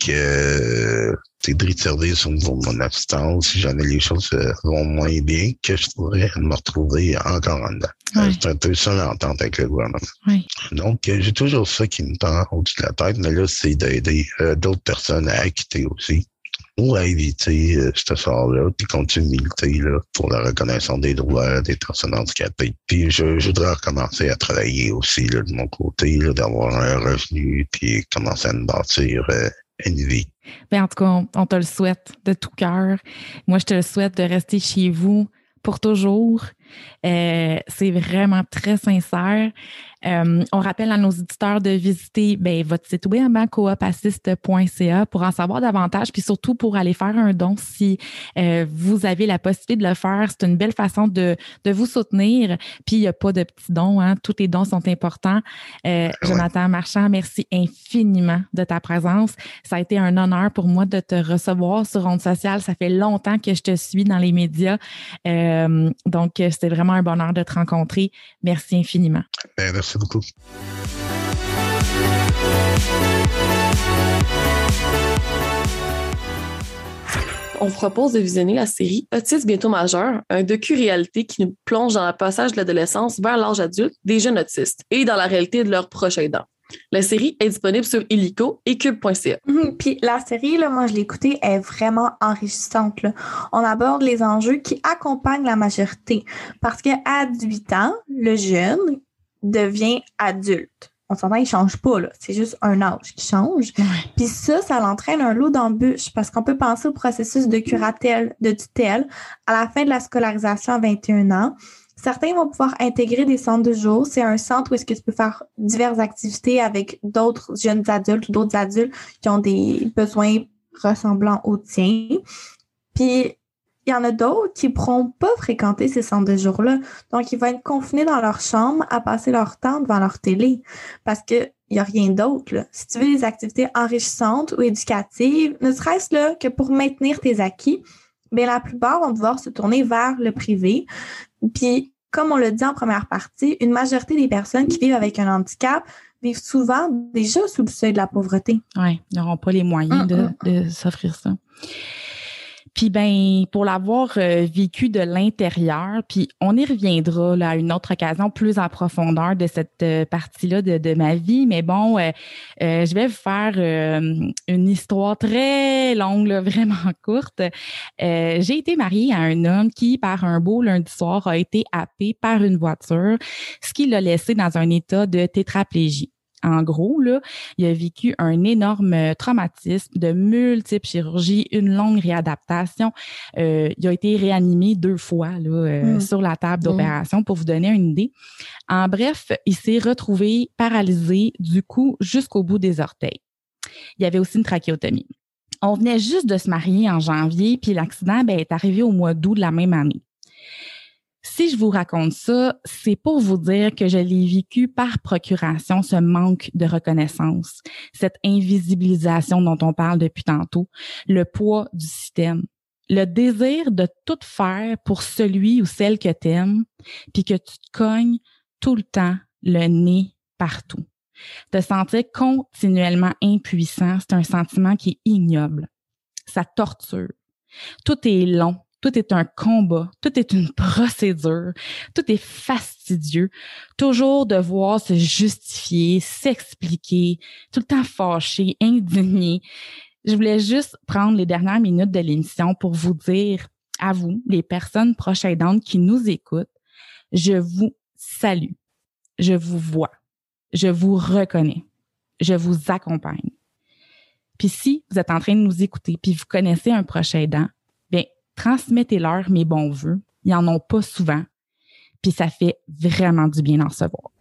des bris de service au niveau de mon assistance, si jamais les choses vont moins bien, que je pourrais me retrouver encore en dedans. C'est un peu ça l'entente avec le gouvernement. Donc, j'ai toujours ça qui me tend au-dessus de la tête, mais là, c'est d'aider d'autres personnes à quitter aussi ou à éviter ce sort-là, puis continuer de militer là, pour la reconnaissance des droits des personnes handicapées. Puis je voudrais recommencer à travailler aussi là, de mon côté, là, d'avoir un revenu, puis commencer à me bâtir une vie. Bien, en tout cas, on te le souhaite de tout cœur. Moi, je te le souhaite de rester chez vous pour toujours. C'est vraiment très sincère. On rappelle à nos auditeurs de visiter votre site web, coopassist.ca, pour en savoir davantage, puis surtout pour aller faire un don si vous avez la possibilité de le faire. C'est une belle façon de vous soutenir. Puis il n'y a pas de petits dons, hein. Tous les dons sont importants. Jonathan Marchand, merci infiniment de ta présence. Ça a été un honneur pour moi de te recevoir sur Ondes sociales. Ça fait longtemps que je te suis dans les médias. Donc, c'était vraiment un bonheur de te rencontrer. Merci infiniment. Merci beaucoup. On vous propose de visionner la série Autisme bientôt majeur, un docu-réalité qui nous plonge dans le passage de l'adolescence vers l'âge adulte des jeunes autistes et dans la réalité de leurs proches aidants. La série est disponible sur illico et cube.ca. Puis la série, là, moi je l'ai écoutée, est vraiment enrichissante. Là. On aborde les enjeux qui accompagnent la majorité parce qu'à 18 ans, le jeune devient adulte. On s'entend, il ne change pas, là. C'est juste un âge qui change. Puis ça l'entraîne un lot d'embûches parce qu'on peut penser au processus de curatelle, de tutelle à la fin de la scolarisation à 21 ans. Certains vont pouvoir intégrer des centres de jour. C'est un centre où est-ce que tu peux faire diverses activités avec d'autres jeunes adultes ou d'autres adultes qui ont des besoins ressemblant aux tiens. Puis, il y en a d'autres qui ne pourront pas fréquenter ces centres de jour-là. Donc, ils vont être confinés dans leur chambre à passer leur temps devant leur télé parce qu'il n'y a rien d'autre. Là. Si tu veux des activités enrichissantes ou éducatives, ne serait-ce là que pour maintenir tes acquis, bien, la plupart vont devoir se tourner vers le privé. Puis, comme on l'a dit en première partie, une majorité des personnes qui vivent avec un handicap vivent souvent déjà sous le seuil de la pauvreté. Oui, ils n'auront pas les moyens de s'offrir ça. Puis pour l'avoir vécu de l'intérieur, puis on y reviendra là, à une autre occasion plus en profondeur de cette partie-là de ma vie. Mais bon, je vais vous faire une histoire très longue, là, vraiment courte. J'ai été mariée à un homme qui, par un beau lundi soir, a été happé par une voiture, ce qui l'a laissé dans un état de tétraplégie. En gros, là, il a vécu un énorme traumatisme, de multiples chirurgies, une longue réadaptation. Il a été réanimé 2 fois là, sur la table d'opération pour vous donner une idée. En bref, il s'est retrouvé paralysé du cou jusqu'au bout des orteils. Il y avait aussi une trachéotomie. On venait juste de se marier en janvier, puis l'accident est arrivé au mois d'août de la même année. Si je vous raconte ça, c'est pour vous dire que je l'ai vécu par procuration, ce manque de reconnaissance, cette invisibilisation dont on parle depuis tantôt, le poids du système, le désir de tout faire pour celui ou celle que t'aimes, puis que tu te cognes tout le temps le nez partout. Te sentir continuellement impuissant, c'est un sentiment qui est ignoble. Ça torture. Tout est long. Tout est un combat, tout est une procédure, tout est fastidieux. Toujours devoir se justifier, s'expliquer, tout le temps fâché, indigné. Je voulais juste prendre les dernières minutes de l'émission pour vous dire, à vous, les personnes proches aidantes qui nous écoutent, je vous salue, je vous vois, je vous reconnais, je vous accompagne. Puis si vous êtes en train de nous écouter puis vous connaissez un proche aidant, bien, transmettez-leur mes bons vœux. Ils n'en ont pas souvent. Puis ça fait vraiment du bien d'en recevoir.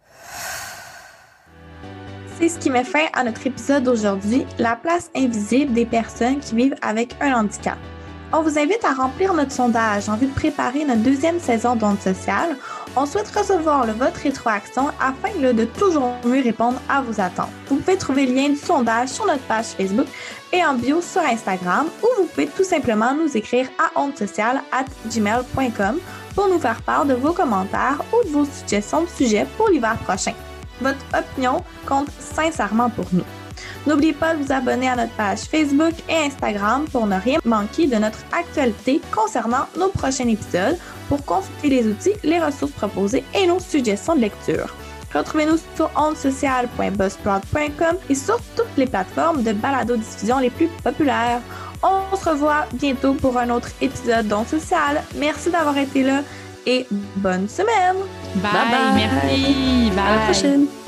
C'est ce qui met fin à notre épisode d'aujourd'hui, la place invisible des personnes qui vivent avec un handicap. On vous invite à remplir notre sondage en vue de préparer notre 2e saison d'Ondes sociales. On souhaite recevoir votre rétroaction afin de toujours mieux répondre à vos attentes. Vous pouvez trouver le lien du sondage sur notre page Facebook et en bio sur Instagram, ou vous pouvez tout simplement nous écrire à ondesociales@gmail.com pour nous faire part de vos commentaires ou de vos suggestions de sujets pour l'hiver prochain. Votre opinion compte sincèrement pour nous. N'oubliez pas de vous abonner à notre page Facebook et Instagram pour ne rien manquer de notre actualité concernant nos prochains épisodes, pour consulter les outils, les ressources proposées et nos suggestions de lecture. Retrouvez-nous sur ondesociales.buzzsprout.com et sur toutes les plateformes de balado-diffusion les plus populaires. On se revoit bientôt pour un autre épisode d'Ondes sociales. Merci d'avoir été là et bonne semaine! Bye, bye. Merci! Bye! À la prochaine!